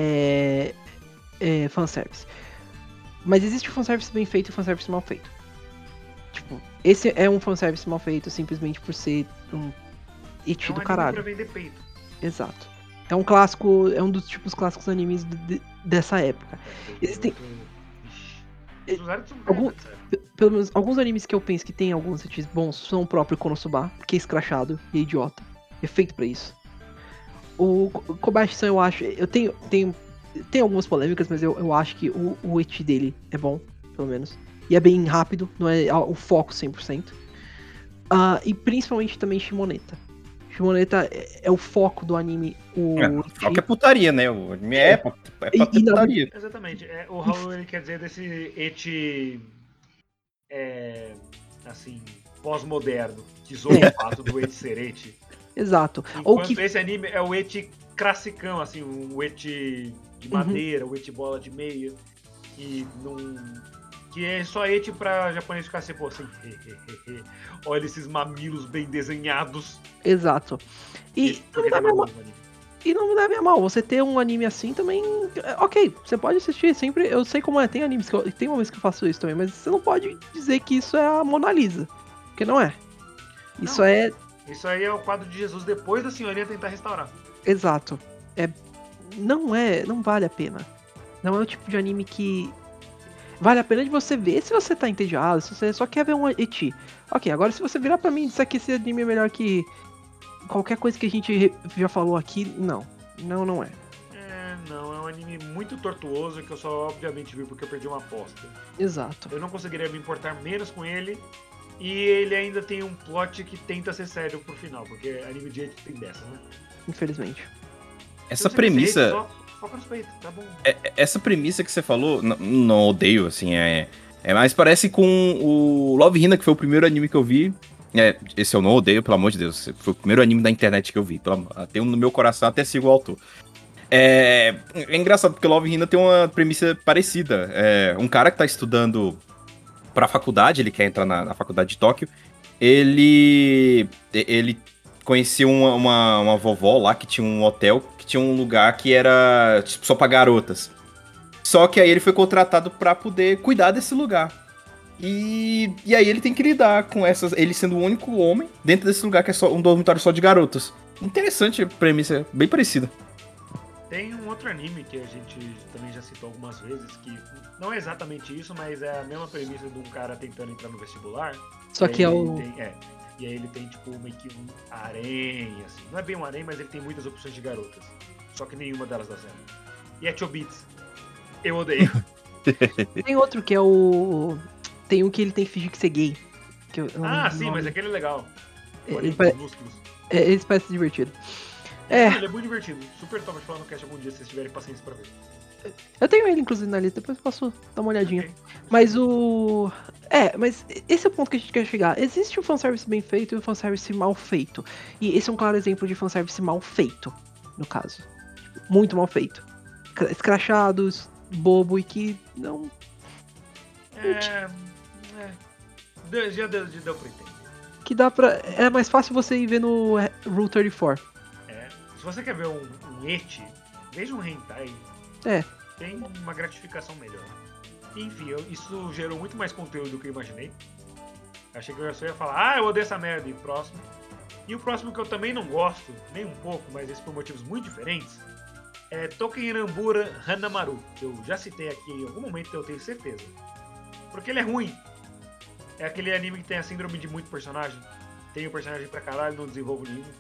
S5: fanservice. Mas existe o fanservice bem feito e o fanservice mal feito. Tipo, esse é um fanservice mal feito simplesmente por ser um eti do caralho.
S3: Pra vender peito.
S5: Exato. É um clássico, é um dos tipos clássicos animes dessa época.
S3: Os arcos são
S5: Algum-
S3: sério.
S5: Pelo menos alguns animes que eu penso que tem alguns etis bons são o próprio Konosuba, que é escrachado e é idiota. É feito pra isso. O Kobayashi-san, eu acho. Tem algumas polêmicas, mas eu acho que o eti dele é bom, pelo menos. E é bem rápido, não é o foco 100%. E principalmente também Shimoneta. Shimoneta é o foco do anime.
S4: Só que é putaria, né? O anime é pra ter
S5: E na-
S4: putaria.
S3: Exatamente. O Raul, ele quer dizer desse eti, assim, pós-moderno, que zoa o fato do eti ser eti.
S5: Exato. Ou
S3: Enquanto
S5: que.
S3: esse anime é o eti classicão, assim, um eti de madeira, o eti bola de meia, que não... Que é só eti pra japonês ficar assim, pô, assim, olha esses mamilos bem desenhados.
S5: Exato. E
S3: Esse
S5: não
S3: porque
S5: me dá
S3: tem
S5: minha
S3: mamilo
S5: mal.
S3: no anime.
S5: E não me dá minha mal. Você ter um anime assim também. Ok, você pode assistir sempre. Eu sei como é. Tem animes tem momentos que eu faço isso também, mas você não pode dizer que isso é a Mona Lisa. Porque não é. Isso
S3: Não.
S5: é.
S3: Isso aí é o quadro de Jesus depois da senhorinha tentar restaurar.
S5: Exato. Não é. Não vale a pena. Não é o tipo de anime que. Vale a pena de você ver se você tá entediado, se você só quer ver um eti. Ok, agora se você virar pra mim e disser que esse anime é melhor que qualquer coisa que a gente já falou aqui, não. Não é.
S3: Não, é um anime muito tortuoso que eu só obviamente vi porque eu perdi uma aposta.
S5: Exato.
S3: Eu não conseguiria me importar menos com ele. E ele ainda tem um plot que tenta ser sério pro final, porque anime de eti tem dessas, né?
S5: Infelizmente.
S3: Se
S4: Essa
S3: você quer ser eti,
S4: premissa.
S3: só foca nos peitos, tá bom.
S4: Essa premissa que você falou, não odeio, assim, mas parece com o Love Hina, que foi o primeiro anime que eu vi. Esse eu não odeio, pelo amor de Deus. Foi o primeiro anime da internet que eu vi. Tem um no meu coração, até sigo o autor. É engraçado, porque Love Hina tem uma premissa parecida. Um cara que tá estudando pra faculdade, ele quer entrar na faculdade de Tóquio. Ele conhecia uma vovó lá que tinha um hotel, que tinha um lugar que era tipo, só pra garotas. Só que aí ele foi contratado pra poder cuidar desse lugar. E aí ele tem que lidar com essas. Ele sendo o único homem dentro desse lugar que é só um dormitório só de garotas. Interessante a premissa, bem parecida.
S3: Tem um outro anime que a gente também já citou algumas vezes, que não é exatamente isso, mas é a mesma premissa de um cara tentando entrar no vestibular.
S5: Só
S3: E
S5: que
S3: aí
S5: é
S3: ele
S5: o.
S3: tem- E aí ele tem, tipo, meio que um harém, assim. Não é bem um harém, mas ele tem muitas opções de garotas. Só que nenhuma delas dá certo. E é Chobits. Eu odeio.
S5: Tem outro que é o. Tem um que ele tem que fingir que ser gay. Que eu não lembro o
S3: Sim,
S5: nome.
S3: mas aquele é legal.
S5: É,
S3: O
S5: ele
S3: anime
S5: pare-
S3: dos músculos.
S5: Esse parece divertido. É,
S3: Ele é muito divertido. Super top de falar no cast algum dia, se vocês tiverem paciência pra ver.
S5: eu tenho ele inclusive na lista, depois eu posso dar uma olhadinha.
S3: Ok.
S5: Mas o. Mas esse é o ponto que a gente quer chegar. Existe um fanservice bem feito e um fanservice mal feito. E esse é um claro exemplo de fanservice mal feito, no caso. Muito mal feito. Escrachados, bobo e que não.
S3: Já deu pra entender.
S5: Que dá pra. É mais fácil você ir ver no Rule 34.
S3: Se você quer ver um eti, veja um hentai. Tem uma gratificação melhor. Enfim, isso gerou muito mais conteúdo do que eu imaginei. Achei que eu só ia falar, eu odeio essa merda, e próximo. E o próximo que eu também não gosto, nem um pouco, mas esse por motivos muito diferentes, é Tokenrambura Hanamaru, que eu já citei aqui em algum momento, eu tenho certeza. Porque ele é ruim. É aquele anime que tem a síndrome de muito personagem. Tem o personagem pra caralho, não desenvolve nenhum.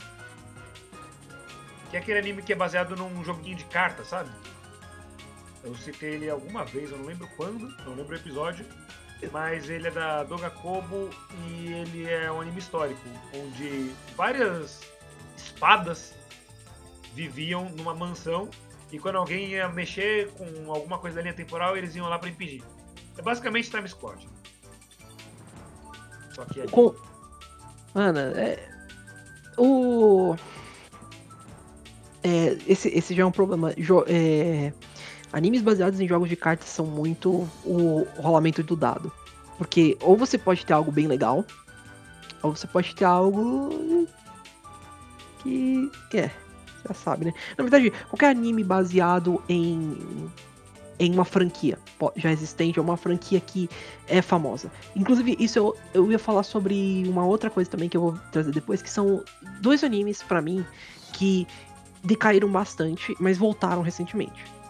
S3: Que é aquele anime que é baseado num joguinho de cartas, sabe? Eu citei ele alguma vez, eu não lembro quando, não lembro o episódio, mas ele é da Dogakobo e ele é um anime histórico, onde várias espadas viviam numa mansão e quando alguém ia mexer com alguma coisa da linha temporal, eles iam lá pra impedir. É basicamente Time Squad. Só que é...
S5: Mano, esse já é um problema. Animes baseados em jogos de cartas são muito o rolamento do dado. Porque ou você pode ter algo bem legal, ou você pode ter algo que já sabe, né? Na verdade, qualquer anime baseado em uma franquia já existente, ou uma franquia que é famosa. Inclusive, isso eu ia falar sobre uma outra coisa também que eu vou trazer depois, que são 2 animes pra mim que decaíram bastante, mas voltaram recentemente.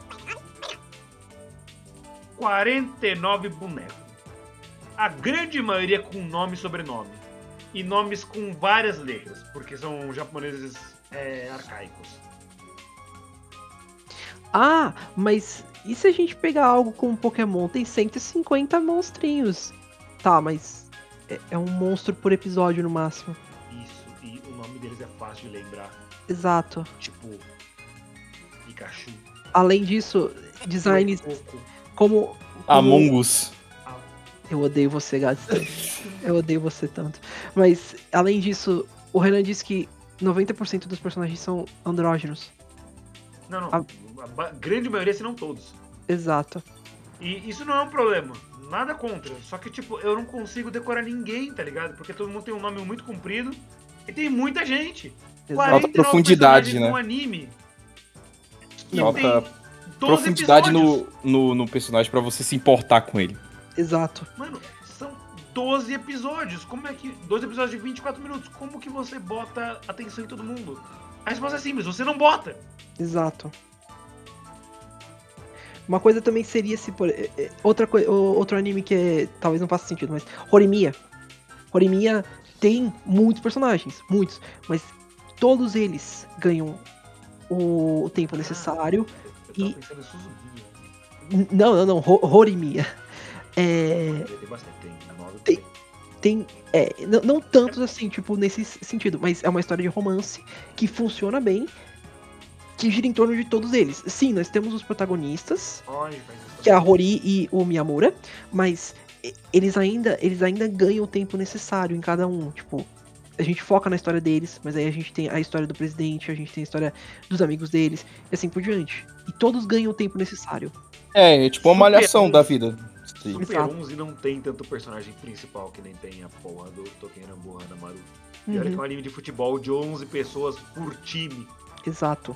S3: 49 bonecos. A grande maioria com nome e sobrenome. E nomes com várias letras, porque são japoneses arcaicos.
S5: Ah, mas e se a gente pegar algo como Pokémon? Tem 150 monstrinhos. Tá, mas é um monstro por episódio no máximo.
S3: Isso, e o nome deles é fácil de lembrar.
S5: Exato.
S3: Tipo, Pikachu.
S5: Além disso, designs
S3: Coco.
S5: como
S4: Among Us.
S5: Eu odeio você, Gadstan. Eu odeio você tanto. Mas, além disso, o Renan disse que 90% dos personagens são andrógenos.
S3: Não. A grande maioria, se não todos.
S5: Exato.
S3: E isso não é um problema. Nada contra. Só que, tipo, eu não consigo decorar ninguém, tá ligado? Porque todo mundo tem um nome muito comprido. E tem muita gente.
S5: Exato.
S3: 49
S4: profundidade,
S3: personagens
S4: né?
S3: no anime. Que
S4: Falta
S3: tem 12
S4: profundidade
S3: episódios.
S4: no personagem pra você se importar com ele.
S5: Exato.
S3: Mano, são 12 episódios. Como é que... 12 episódios de 24 minutos. Como que você bota atenção em todo mundo? A resposta é simples. Você não bota.
S5: Exato. Uma coisa também seria se outro anime que talvez não faça sentido, mas Horimiya. Horimiya tem muitos personagens, muitos, mas todos eles ganham o tempo necessário.
S3: Eu tava
S5: E-
S3: pensando em Suzuki.
S5: Não, Horimiya.
S3: Tem bastante. Tem. A nova
S5: Tem.
S3: tem.
S5: tem. Não tantos assim, tipo, nesse sentido, mas é uma história de romance que funciona bem, que gira em torno de todos eles. Sim, nós temos os protagonistas,
S3: Pode, faz isso.
S5: que é a Hori e o Miyamura, mas eles ainda ganham o tempo necessário em cada um. Tipo, a gente foca na história deles, mas aí a gente tem a história do presidente, a gente tem a história dos amigos deles, e assim por diante. E todos ganham o tempo necessário.
S4: É tipo uma
S3: Super
S4: malhação
S3: onze.
S4: da vida. Sim.
S3: Super
S5: Exato.
S3: 11 não tem tanto personagem principal que nem tem a porra do Tokenrambu Hanamaru. E olha que é um anime de futebol de 11 pessoas por time.
S5: Exato.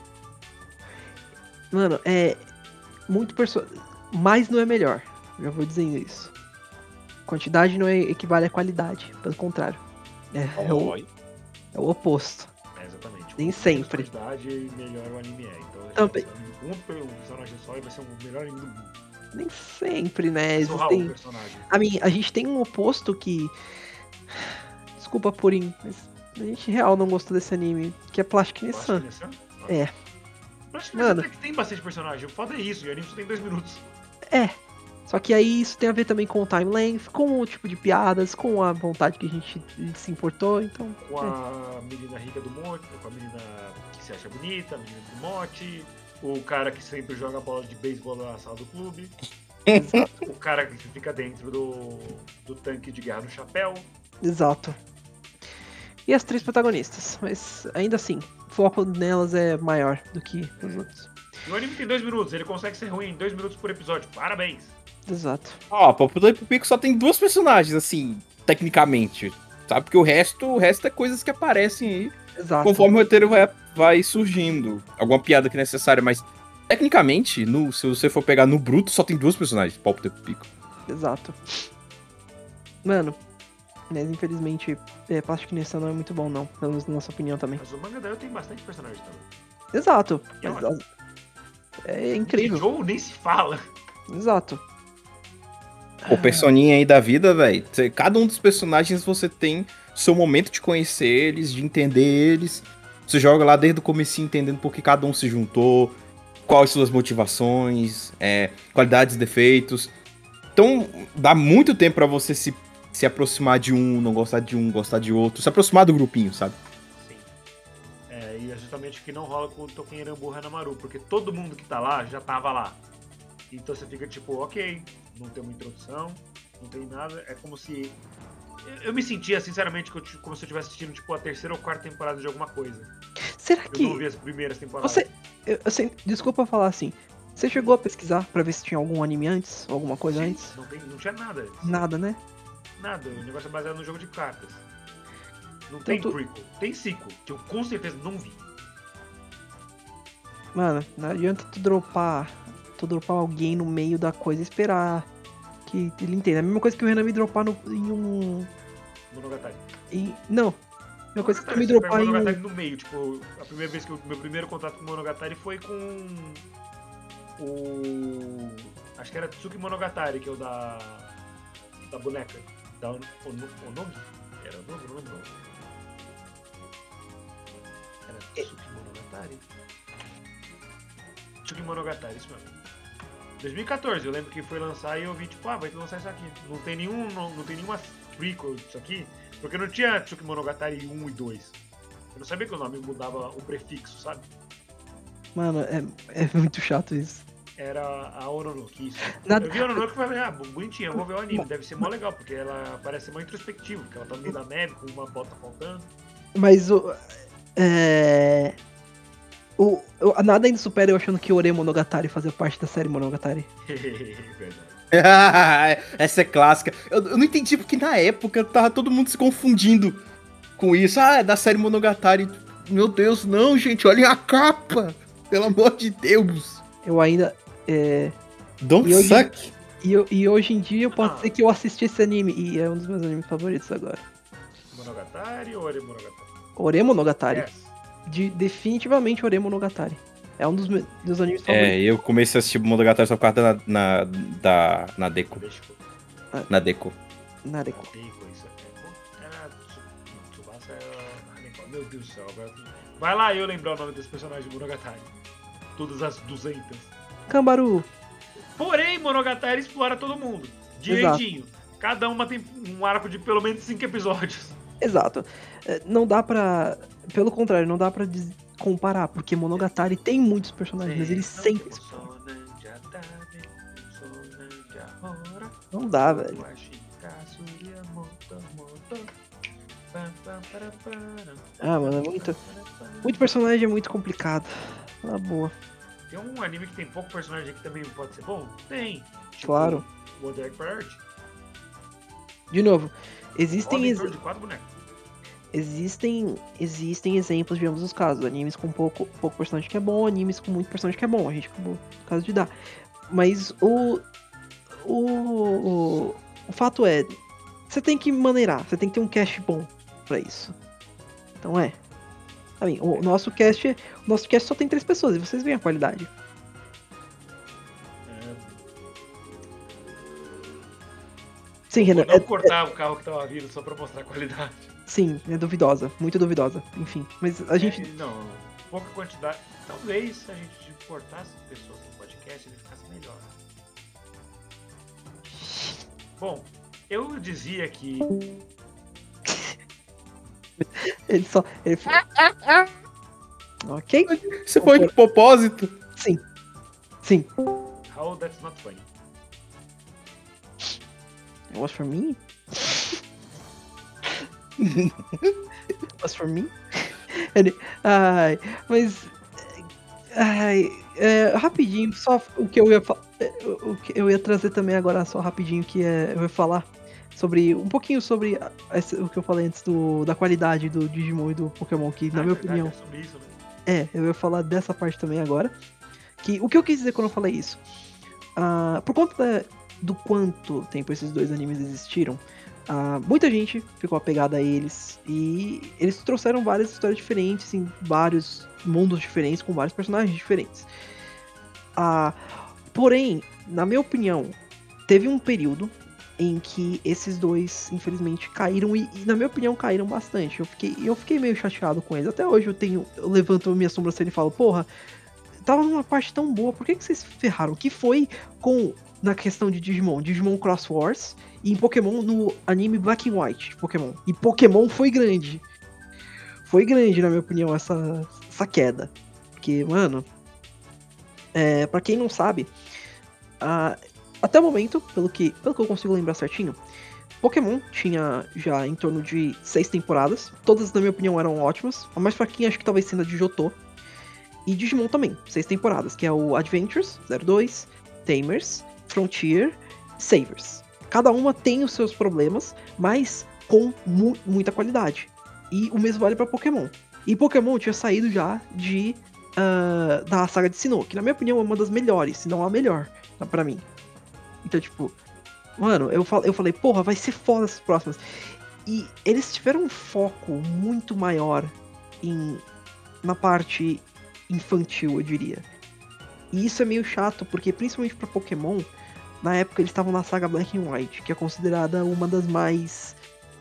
S5: Mano, muito mais não é melhor. Já vou dizendo isso. Quantidade não equivale à qualidade. Pelo contrário. É o oposto.
S3: Exatamente.
S5: Nem
S3: Quanto
S5: sempre.
S3: menos quantidade, melhor o anime é. Então,
S5: Também.
S3: um personagem só e vai ser o melhor anime do mundo.
S5: Nem sempre, né?
S3: Eu sou Raul, o
S5: Existem.
S3: personagem.
S5: A gente tem um oposto que. Desculpa, Purim, mas a gente real não gostou desse anime, que é Plastic Nissan. É.
S3: Plastic
S5: Mano.
S3: Nissan até que tem bastante personagem. O foda é isso, e o anime só tem 2 minutos.
S5: Só que aí isso tem a ver também com o time length, com o tipo de piadas, com a vontade que a gente se importou, então.
S3: Com a menina rica do monte, com a menina que se acha bonita, a menina do mote, o cara que sempre joga bola de beisebol na sala do clube, o cara que fica dentro do tanque de guerra no chapéu.
S5: Exato. E as 3 protagonistas, mas ainda assim, o foco nelas é maior do que os outros.
S3: E o anime tem 2 minutos, ele consegue ser ruim em 2 minutos por episódio. Parabéns!
S5: Exato.
S4: Ó, Popular pro Pico só tem 2 personagens, assim, tecnicamente. Sabe? Porque o resto é coisas que aparecem aí
S5: Exato.
S4: conforme o roteiro vai surgindo. Alguma piada que é necessária, mas tecnicamente, se você for pegar no bruto, só tem 2 personagens, Popular pro Pico.
S5: Exato. Mano, mas infelizmente, Plastic Nissan não é muito bom, não. Pelo menos na nossa opinião também.
S3: Mas o manga dela tem bastante personagem também.
S5: Exato.
S3: E
S5: Mas, é
S3: O
S5: incrível.
S3: Joe nem se fala.
S5: Exato.
S4: O personinha aí da vida, velho. Cada um dos personagens você tem seu momento de conhecer eles, de entender eles. Você joga lá desde o comecinho entendendo por que cada um se juntou, quais suas motivações, qualidades e defeitos. Então, dá muito tempo pra você se aproximar de um, não gostar de um, gostar de outro. Se aproximar do grupinho, sabe?
S3: Sim. E é justamente o que não rola com o Tokenrambu Hanamaru, porque todo mundo que tá lá já tava lá. Então você fica tipo, ok, não tem uma introdução, não tem nada. É como se... Eu me sentia, sinceramente, como se eu estivesse assistindo tipo a 3ª ou 4ª temporada de alguma coisa.
S5: Será
S3: Eu
S5: que.
S3: não vi as primeiras temporadas.
S5: Desculpa falar assim. Você chegou a pesquisar pra ver se tinha algum anime antes? Ou alguma coisa
S3: Sim,
S5: antes?
S3: não tinha nada antes.
S5: Nada, né?
S3: Nada, o negócio é baseado no jogo de cartas. Não tem prequel, tem sequel, que eu com certeza não vi.
S5: Mano, não adianta tu dropar alguém no meio da coisa e esperar que ele entenda. É a mesma coisa que o Renan me dropar em um.
S3: Monogatari.
S5: Não. A mesma coisa que tu me
S3: Você
S5: dropar
S3: pega
S5: em
S3: Monogatari
S5: um.
S3: no meio, tipo, a primeira vez que meu primeiro contato com o Monogatari foi com o... Acho que era Tsuki Monogatari, que é o da boneca. Da Onogi? Era Onogi? Não lembro. Era Tsuki Monogatari? Tsuki Monogatari, isso mesmo. 2014, eu lembro que foi lançar e eu vi, tipo, vai lançar isso aqui. Não tem nenhuma prequel disso aqui, porque não tinha Tsuki Monogatari 1 e 2. Eu não sabia que o nome mudava o prefixo, sabe?
S5: Mano, é muito chato isso.
S3: Era a Ononoki, isso.
S5: Nada-
S3: Eu vi a Ononoki e falei, bonitinha, eu vou ver o anime, deve ser mó legal, porque ela parece mó introspectiva, porque ela tá no meio da neve com uma bota faltando.
S5: Mas nada ainda supera eu achando que Ore Monogatari fazia parte da série Monogatari.
S3: Verdade.
S4: Essa é clássica. Eu não entendi porque na época tava todo mundo se confundindo com isso. É da série Monogatari. Meu Deus, não, gente, olhem a capa. Pelo amor de Deus.
S5: Eu ainda.
S4: Don't
S5: E hoje-
S4: suck.
S5: E hoje em dia eu posso dizer que eu assisti esse anime. E é um dos meus animes favoritos agora.
S3: Monogatari ou Ore Monogatari?
S5: Ore Monogatari.
S3: Yes.
S5: Definitivamente Ore Monogatari. É um dos meus animes favoritos.
S4: Eu comecei a assistir Monogatari só por causa na Deco.
S3: Deixa eu...
S4: Na Deco.
S5: Nareko.
S3: Deco, isso era Tsubasa era... Meu Deus do céu, agora... Vai lá eu lembrar o nome dos personagens de Monogatari. Todas as 200.
S5: Kambaru.
S3: Porém, Monogatari explora todo mundo. Direitinho. Cada uma tem um arco de pelo menos 5 episódios.
S5: Exato. Não dá pra... Pelo contrário, não dá pra comparar, porque Monogatari tem muitos personagens, mas eles sempre... Não dá, velho. Ah, mano, é muito personagem é muito complicado. Na boa.
S3: Tem um anime que tem pouco personagem que também pode ser bom? Tem. Tipo,
S5: Claro.
S3: O Other Priority.
S5: De novo,
S3: Roda
S5: existem
S3: em torno de 4 bonecos.
S5: exemplos de ambos os casos. Animes com pouco personagem que é bom, animes com muito personagem que é bom. A gente acabou no caso de dar. Mas o fato é, você tem que maneirar, você tem que ter um cast bom pra isso. Então o nosso cast só tem 3 pessoas e vocês veem a qualidade. Sim, Renan,
S3: Vou não cortar o carro que tava vindo só pra mostrar a qualidade.
S5: sim, é duvidosa, muito duvidosa. Enfim, mas a gente...
S3: Não, pouca quantidade. Talvez se a gente cortasse pessoas no podcast, ele ficasse melhor. Bom, eu dizia que...
S5: Ele ok?
S4: Você foi de propósito?
S5: Sim.
S3: How that's not funny.
S5: It was for me? Was for me? Rapidinho, só o que eu ia o que eu ia trazer também agora, só rapidinho, que eu ia falar um pouquinho sobre o que eu falei antes da qualidade do Digimon e do Pokémon, que na minha opinião...
S3: É sobre isso, né?
S5: Eu ia falar dessa parte também agora. O que eu quis dizer quando eu falei isso? Por conta do quanto tempo esses 2 animes existiram, muita gente ficou apegada a eles. E eles trouxeram várias histórias diferentes, em vários mundos diferentes, com vários personagens diferentes. Porém, na minha opinião, teve um período em que esses 2, infelizmente, caíram e, na minha opinião, caíram bastante. Eu fiquei meio chateado com eles. Até hoje eu levanto minha sobrancelha e falo, porra, tava numa parte tão boa, por que vocês ferraram? Que foi na questão de Digimon Cross Wars e em Pokémon no anime Black and White de Pokémon. E Pokémon foi grande. Foi grande, na minha opinião, essa queda. Porque, mano, pra quem não sabe, até o momento, pelo que eu consigo lembrar certinho, Pokémon tinha já em torno de 6 temporadas. Todas, na minha opinião, eram ótimas. A mais fraquinha, acho que talvez sendo a de Johto. E Digimon também, 6 temporadas, que é o Adventures, 02, Tamers, Frontier, Savers. Cada uma tem os seus problemas, mas com muita qualidade. E o mesmo vale pra Pokémon. E Pokémon tinha saído já da saga de Sinnoh, que na minha opinião é uma das melhores, se não a melhor, pra mim. Então, tipo, mano, eu falei, porra, vai ser foda essas próximas. E eles tiveram um foco muito maior na parte infantil, eu diria. E isso é meio chato, porque principalmente pra Pokémon, na época eles estavam na saga Black and White, que é considerada uma das mais...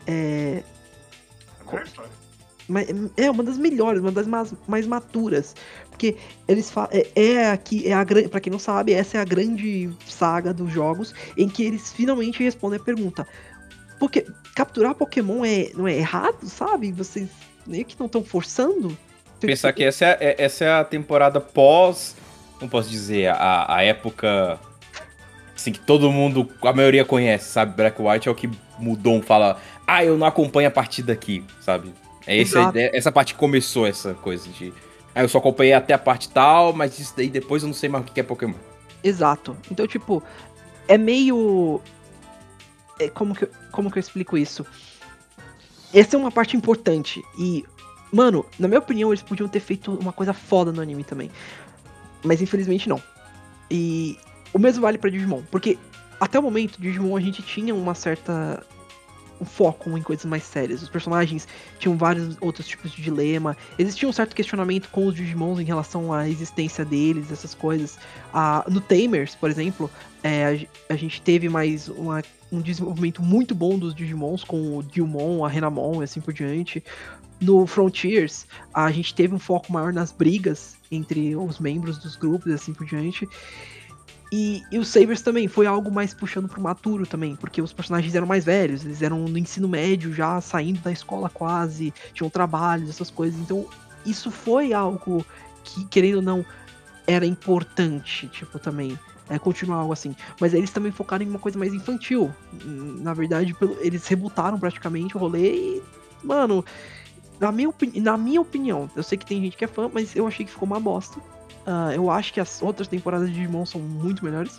S5: uma das melhores, uma das mais maturas. Porque eles pra quem não sabe, essa é a grande saga dos jogos em que eles finalmente respondem a pergunta: porque capturar Pokémon não é errado, sabe? Vocês meio que não estão forçando?
S4: Pensar que essa é a temporada pós, não posso dizer, a época assim que todo mundo, a maioria conhece, sabe? Black White é o que mudou, fala, eu não acompanho a partir daqui, sabe? Essa parte que começou essa coisa de... eu só acompanhei até a parte tal, mas isso daí depois eu não sei mais o que é Pokémon.
S5: Exato. Então, tipo, é meio... Como que eu explico isso? Essa é uma parte importante. E, mano, na minha opinião, eles podiam ter feito uma coisa foda no anime também. Mas, infelizmente, não. E o mesmo vale pra Digimon. Porque, até o momento, Digimon a gente tinha uma certa... um foco em coisas mais sérias. Os personagens tinham vários outros tipos de dilema. Existia um certo questionamento com os Digimons em relação à existência deles, essas coisas. No Tamers, por exemplo, a gente teve mais um desenvolvimento muito bom dos Digimons, com o Dilmon, a Renamon e assim por diante. No Frontiers, a gente teve um foco maior nas brigas entre os membros dos grupos e assim por diante. E os Sabers também foi algo mais puxando pro maturo também, porque os personagens eram mais velhos, eles eram no ensino médio já, saindo da escola quase, tinham trabalhos, essas coisas. Então, isso foi algo que, querendo ou não, era importante, tipo, também. Continuar algo assim. Mas eles também focaram em uma coisa mais infantil. Na verdade, eles rebutaram praticamente o rolê e, mano, na minha opinião, eu sei que tem gente que é fã, mas eu achei que ficou uma bosta. Eu acho que as outras temporadas de Digimon são muito melhores.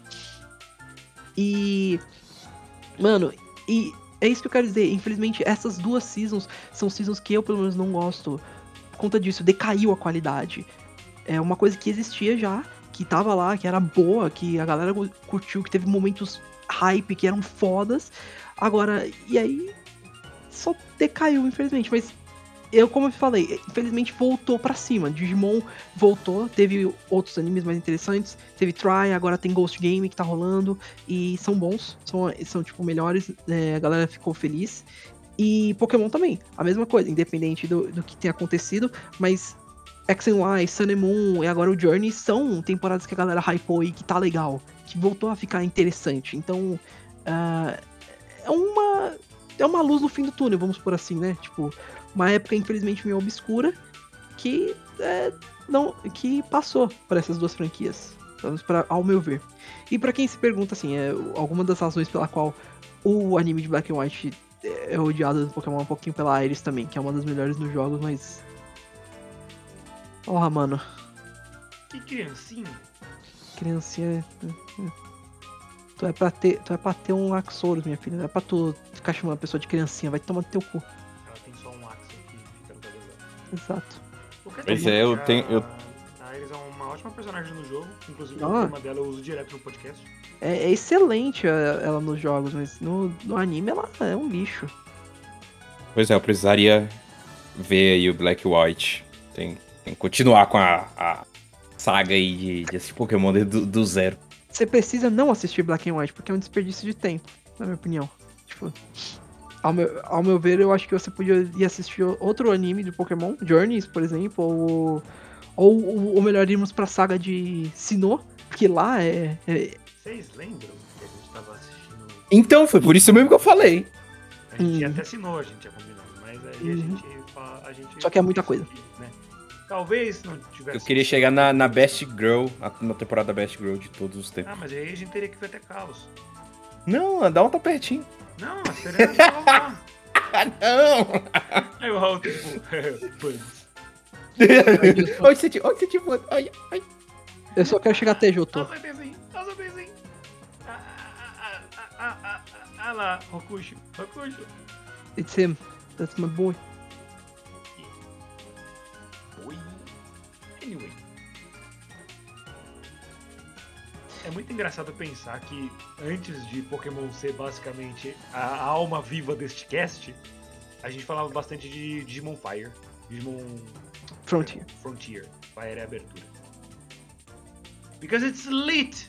S5: E, mano, e é isso que eu quero dizer. Infelizmente, essas duas seasons são seasons que eu, pelo menos, não gosto. Por conta disso, decaiu a qualidade. É uma coisa que existia já, que tava lá, que era boa, que a galera curtiu, que teve momentos hype, que eram fodas. Agora, e aí, só decaiu, infelizmente. Mas como eu falei, infelizmente voltou pra cima. Digimon voltou, teve outros animes mais interessantes, teve Try, agora tem Ghost Game que tá rolando, e são bons, são tipo, melhores, a galera ficou feliz. E Pokémon também, a mesma coisa, independente do que tenha acontecido, mas X and Y, Sun and Moon e agora o Journey são temporadas que a galera hypou e que tá legal, que voltou a ficar interessante. Então, é uma luz no fim do túnel, vamos por assim, né? Tipo, uma época infelizmente meio obscura que que passou por essas duas franquias, ao meu ver. E pra quem se pergunta assim, alguma das razões pela qual o anime de Black and White é odiado do Pokémon um pouquinho pela Iris também, que é uma das melhores nos jogos, mas porra, mano.
S3: Que criancinha.
S5: Criancinha. Tu é pra ter um Axorus, minha filha. Não é pra tu ficar chamando a pessoa de criancinha. Vai tomar no teu cu.
S3: Ela tem só um Axel aqui, fica no cabelo dela.
S5: Exato.
S4: Pois é, eu tenho.
S3: A Iris é uma ótima personagem no jogo. Inclusive,
S5: Ah.
S3: o tema dela eu uso direto no podcast.
S5: É excelente ela nos jogos, mas no anime ela é um lixo.
S4: Pois é, eu precisaria ver aí o Black White. Tem que continuar com a saga aí de assistir Pokémon do zero.
S5: Você precisa não assistir Black and White, porque é um desperdício de tempo, na minha opinião. Tipo, ao meu ver, eu acho que você podia ir assistir outro anime de Pokémon, Journeys, por exemplo, ou melhor, irmos pra saga de Sinnoh, porque lá
S3: Vocês lembram que a gente tava assistindo?
S4: Então, foi por isso mesmo que eu falei.
S3: A gente
S5: Uhum.
S3: até assinou, a gente tinha combinado, mas aí a gente.
S5: Só que é muita coisa.
S3: Né? Talvez não tivesse.
S4: Eu queria chegar na Best Girl, na temporada Best Girl de todos os tempos.
S3: Ah, mas aí a gente teria que ver até Kalos.
S4: Não, a Dawn tá pertinho.
S3: Não, a Serena tava lá.
S4: Ah, não!
S3: Aí o Raul, tipo, putz.
S4: Onde você te manda? Ai.
S5: Eu só quero chegar até Johto.
S3: Nossa, bezinho. Ah lá, Rokusho.
S5: It's him. That's my boy.
S3: Oi. Anyway. É muito engraçado pensar que antes de Pokémon ser basicamente a alma viva deste cast, a gente falava bastante de Digimon Fire. Digimon Frontier. Fire é a abertura. Because it's lit!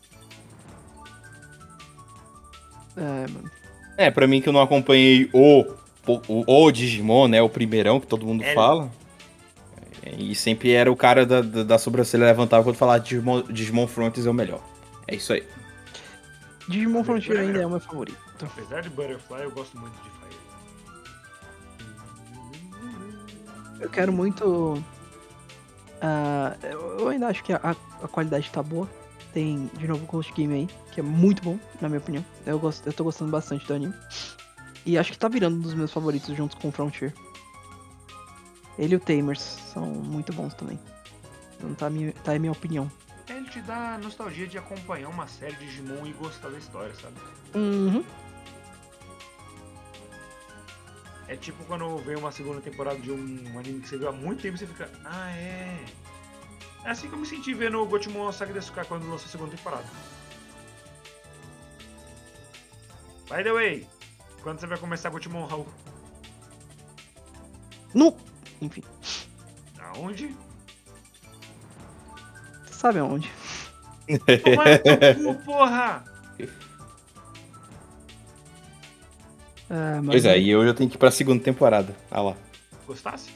S5: Mano.
S4: Pra mim que eu não acompanhei o Digimon, né? O primeirão que todo mundo fala. E sempre era o cara da sobrancelha levantada quando falava Digimon Frontiers é o melhor. É isso aí.
S5: Digimon Frontier ainda é o meu favorito.
S3: Apesar de Butterfly, eu gosto muito de Fire.
S5: Eu quero muito. Eu ainda acho que a qualidade tá boa. Tem de novo o Ghost Game aí, que é muito bom, na minha opinião. Eu tô gostando bastante do anime. E acho que tá virando um dos meus favoritos junto com o Frontier. Ele e o Tamers são muito bons também. Então tá aí minha opinião.
S3: Ele te dá nostalgia de acompanhar uma série de Digimon e gostar da história, sabe?
S5: Uhum.
S3: É tipo quando vem uma segunda temporada de um anime que você viu há muito tempo e você fica... Ah, é... É assim que eu me senti vendo o Gotemon Saga Desuka quando lançou a segunda temporada. By the way, quando você vai começar Gotemon Raul?
S5: Enfim.
S3: Aonde?
S5: Você sabe aonde?
S3: Tomar no teu cu, porra!
S5: Mas
S4: Pois é, e eu já tenho que ir pra segunda temporada. Ah lá.
S3: Gostasse?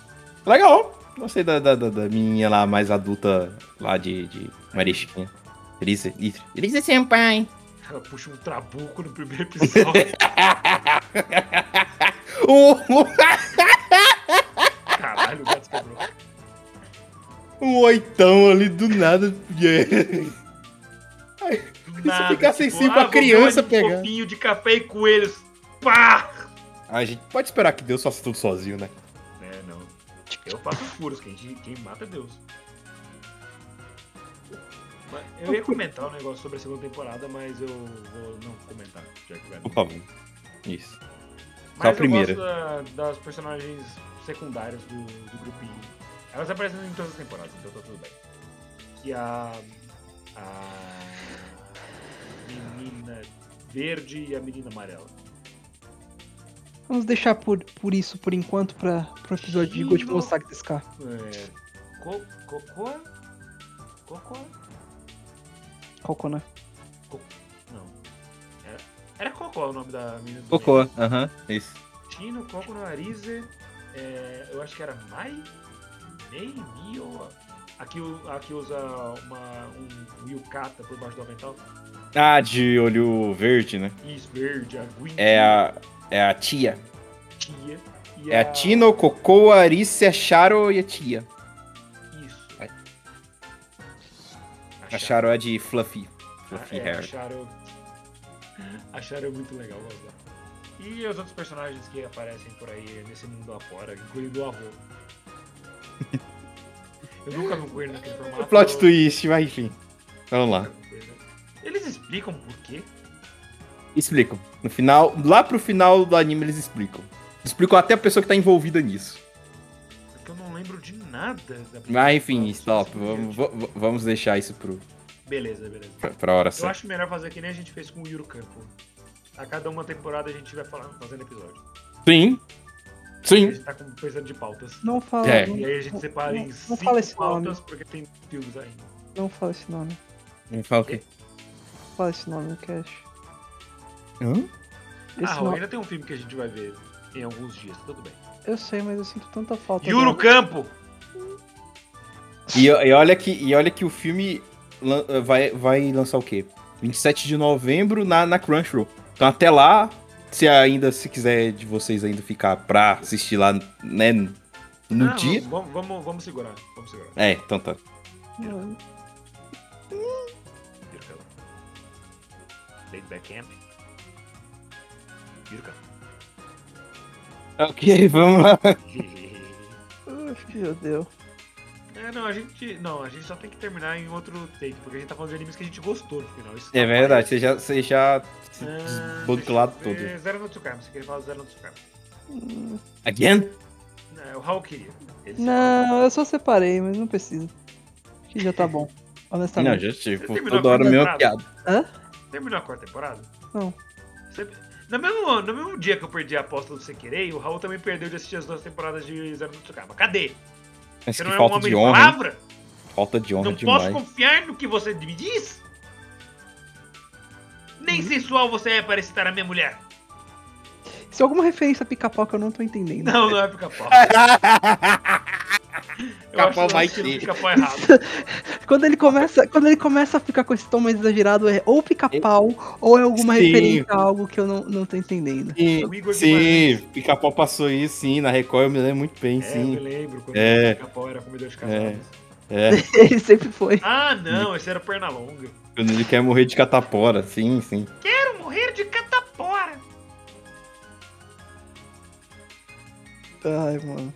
S4: Legal! Gostei da menininha lá mais adulta lá de Marisquinha. Elisa Senpai.
S3: Ela puxa um trabuco no primeiro episódio. Caralho, o gato quebrou.
S4: Um oitão ali do nada.
S3: Do
S4: Se
S3: nada,
S4: ficar sensível pra
S3: vou
S4: criança
S3: ver um
S4: pegar.
S3: copinho de café e coelhos. Pá!
S4: A gente pode esperar que Deus faça tudo sozinho, né?
S3: É, não. Eu faço furos, quem mata é Deus. Mas eu ia comentar um negócio sobre a segunda temporada, mas eu vou não comentar, já que vai.
S4: Por favor. Isso.
S3: Mas
S4: Só a primeira.
S3: eu gosto das personagens secundárias do grupinho. Elas aparecem em todas as temporadas, então tá tudo bem. Que a menina verde e a menina amarela.
S5: Vamos deixar por isso por enquanto pro episódio de Gold Mossack desse cara.
S3: Cocoa?
S5: Cocô, né?
S3: Não. Era Cocoa o nome da menina do
S4: Cocô, aham, isso.
S3: Chino, Coco, Narize. Eu acho que era Mai? Mei, Mio. Aqui usa um yukata por baixo do avental.
S4: Ah, de olho verde, né?
S3: Isso, verde, a Gwen.
S4: É a tia.
S3: Tia. E
S4: É a Tino, Cocô, a Arice, a Charo e a tia.
S3: Isso.
S4: Vai. A Charo é de Fluffy. Fluffy
S3: A
S4: hair.
S3: Charo é muito legal, gosto dela. E os outros personagens que aparecem por aí nesse mundo afora, incluindo o avô. Eu nunca vi com ele naquele formato.
S4: Plot twist, mas enfim. Vamos lá.
S3: Eles explicam por quê?
S4: Explicam. No final, lá pro final do anime eles explicam. Explicam até a pessoa que tá envolvida nisso.
S3: Porque eu não lembro de nada da
S4: Mas enfim,
S3: temporada,
S4: stop.
S3: só assim,
S4: Vamos deixar isso
S3: Beleza.
S4: pra hora
S3: Eu
S4: certa.
S3: acho melhor fazer que nem a gente fez com o Yuru Campo. A cada uma temporada a gente vai fazendo episódio.
S4: Sim.
S3: A
S4: Sim.
S3: gente tá precisando de pautas.
S5: Não fala.
S4: É.
S3: E aí a gente separa em
S5: não
S3: 5
S5: fala esse
S3: pautas
S5: nome.
S3: porque tem filmes ainda.
S5: Não fala esse nome.
S4: Não fala o quê?
S5: Não fala esse nome no cast.
S4: Hã?
S5: Esse
S3: Raul,
S5: nome-
S3: ainda tem um filme que a gente vai ver em alguns dias, tudo bem.
S5: Eu sei, mas eu sinto tanta falta.
S3: Yuru
S5: dela.
S3: Campo!
S4: E olha que o filme vai lançar o quê? 27 de novembro na Crunchyroll. Então até lá, se quiser de vocês ainda ficar pra assistir lá, né, no dia.
S3: Vamos segurar.
S4: Então tá.
S5: Não,
S3: Yuru Campo. Laid Back Camp. Yuru Campo.
S4: Ok, vamos lá.
S5: Acho que já deu.
S3: A gente só tem que terminar em outro take, porque a gente tá falando de animes que a gente gostou no final. Isso
S4: É
S3: tá
S4: verdade,
S3: mais-
S4: você já se
S3: Ah,
S4: desbou do
S3: deixa
S4: lado
S3: eu ver.
S4: todo.
S3: Zero no Tsukaima, você queria falar Zero no Tsukaima.
S4: Again?
S3: O Raul queria. Ele
S5: Não, eu só separei, mas não precisa. Acho que já tá bom.
S4: Não,
S5: Honestamente.
S4: já tipo,
S3: terminou
S4: toda
S3: a
S4: hora a mesma
S3: temporada?
S4: piada.
S3: terminou a quarta temporada?
S5: Não.
S3: No mesmo dia que eu perdi a aposta do Sekirei, o Raul também perdeu de assistir as 2 temporadas de Zero no Tsukaima. Cadê?
S4: Mas
S3: Você
S4: que
S3: não é um
S4: falta
S3: homem
S4: de
S3: de
S4: honra, hein?
S3: palavra?
S4: Falta de honra
S3: Não
S4: demais.
S3: posso confiar no que você me diz? Nem sensual você é para citar a minha mulher.
S5: Se alguma referência a pica-pau que eu não tô entendendo.
S3: Não é pica-pau.
S4: Pica-pau vai
S3: que
S4: ter.
S3: pica-pau errado.
S5: Quando ele começa a ficar com esse tom mais exagerado, é ou pica-pau ou é alguma
S4: Sim.
S5: referência a algo que eu não tô entendendo.
S3: O Igor
S4: Sim,
S3: Guimarães.
S4: Pica-Pau passou isso, sim. Na Record eu me lembro muito bem,
S3: Eu me
S4: sim.
S3: lembro quando
S4: É.
S3: o pica-pau era comedor de casados.
S4: É,
S5: Ele sempre foi.
S3: Ah, não, esse era o Pernalonga.
S4: quando ele quer morrer de catapora, sim.
S3: Quero morrer de catapora.
S5: Ai, mano.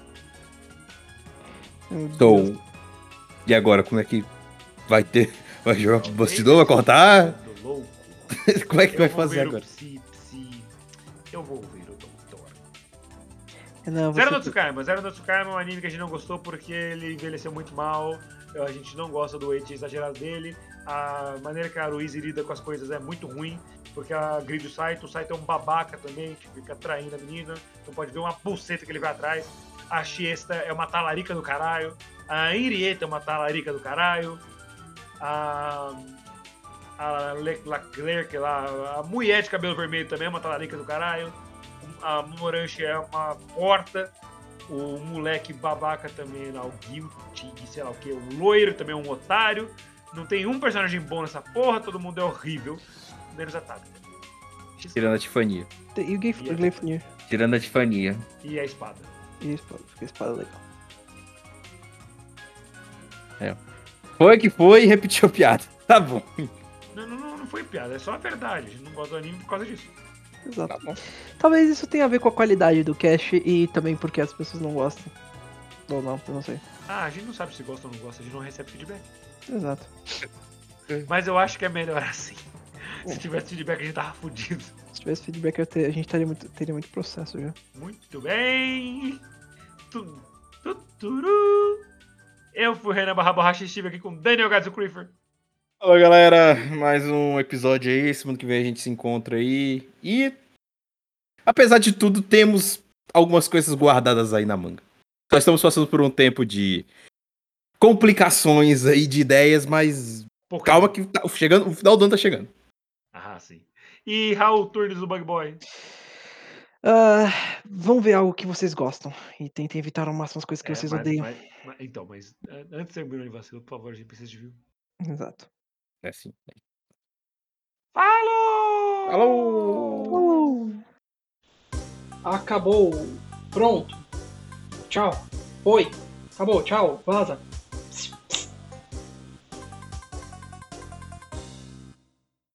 S5: Meu Deus.
S4: Então, e agora, como é que vai ter... Vai jogar pro bastidor, vai cortar?
S3: Tô louco.
S4: Como é que
S3: Eu
S4: vai
S3: vou
S4: fazer
S3: ver
S4: agora?
S3: o Psi. Eu vou ver o Doutor.
S5: Não,
S3: Zero
S5: você...
S3: no Tsukaima. Zero no Tsukaima é um anime que a gente não gostou porque ele envelheceu muito mal. A gente não gosta do age exagerado dele. A maneira que a Haruize lida com as coisas é muito ruim. Porque agride o Saito é um babaca também, que fica traindo a menina. Não pode ver uma pulseta que ele vai atrás. A Shiesta é uma talarica do caralho. A Henrietta é uma talarica do caralho. A Leclerc lá, a mulher de cabelo vermelho também é uma talarica do caralho. A Moranche é uma porta. O moleque babaca também lá, o Guilty, sei lá o que. O loiro também é um otário. Não tem um personagem bom nessa porra, todo mundo é horrível. Menos a Tabitha.
S4: Tirando a Tifania.
S5: E o Gleifnir.
S4: Tirando a Tifania.
S3: E a espada.
S5: E a espada legal.
S4: Foi que foi e repetiu a piada. Tá bom.
S3: Não foi piada, é só a verdade. A gente não gosta do anime por causa disso.
S5: Exato.
S4: Tá bom.
S5: Talvez isso tenha a ver com a qualidade do cast e também porque as pessoas não gostam. Ou não, eu não sei.
S3: Ah, a gente não sabe se gosta ou não gosta, a gente não recebe feedback.
S5: Exato.
S3: Mas eu acho que é melhor assim. Se tivesse feedback, a gente tava fudido.
S5: Se tivesse feedback, a gente teria muito processo já.
S3: Muito bem. Turu. Eu fui o Renan Barra e estive aqui com Daniel Gadzo Creeper.
S4: Fala, galera. Mais um episódio aí. Semana que vem a gente se encontra aí. E, apesar de tudo, temos algumas coisas guardadas aí na manga. Nós estamos passando por um tempo de complicações aí de ideias, mas calma que tá chegando, o final do ano tá chegando.
S3: Ah, sim. E Raul Turnes do Bug Boy.
S5: Vamos ver algo que vocês gostam. E tentem evitar ao máximo as coisas que vocês odeiam.
S3: Mas antes de terminar o vacilo, por favor, a gente precisa de view.
S5: Exato.
S4: É assim.
S3: Falou!
S4: Alô!
S5: Acabou. Pronto. Tchau. Oi. Acabou. Tchau. Vaza.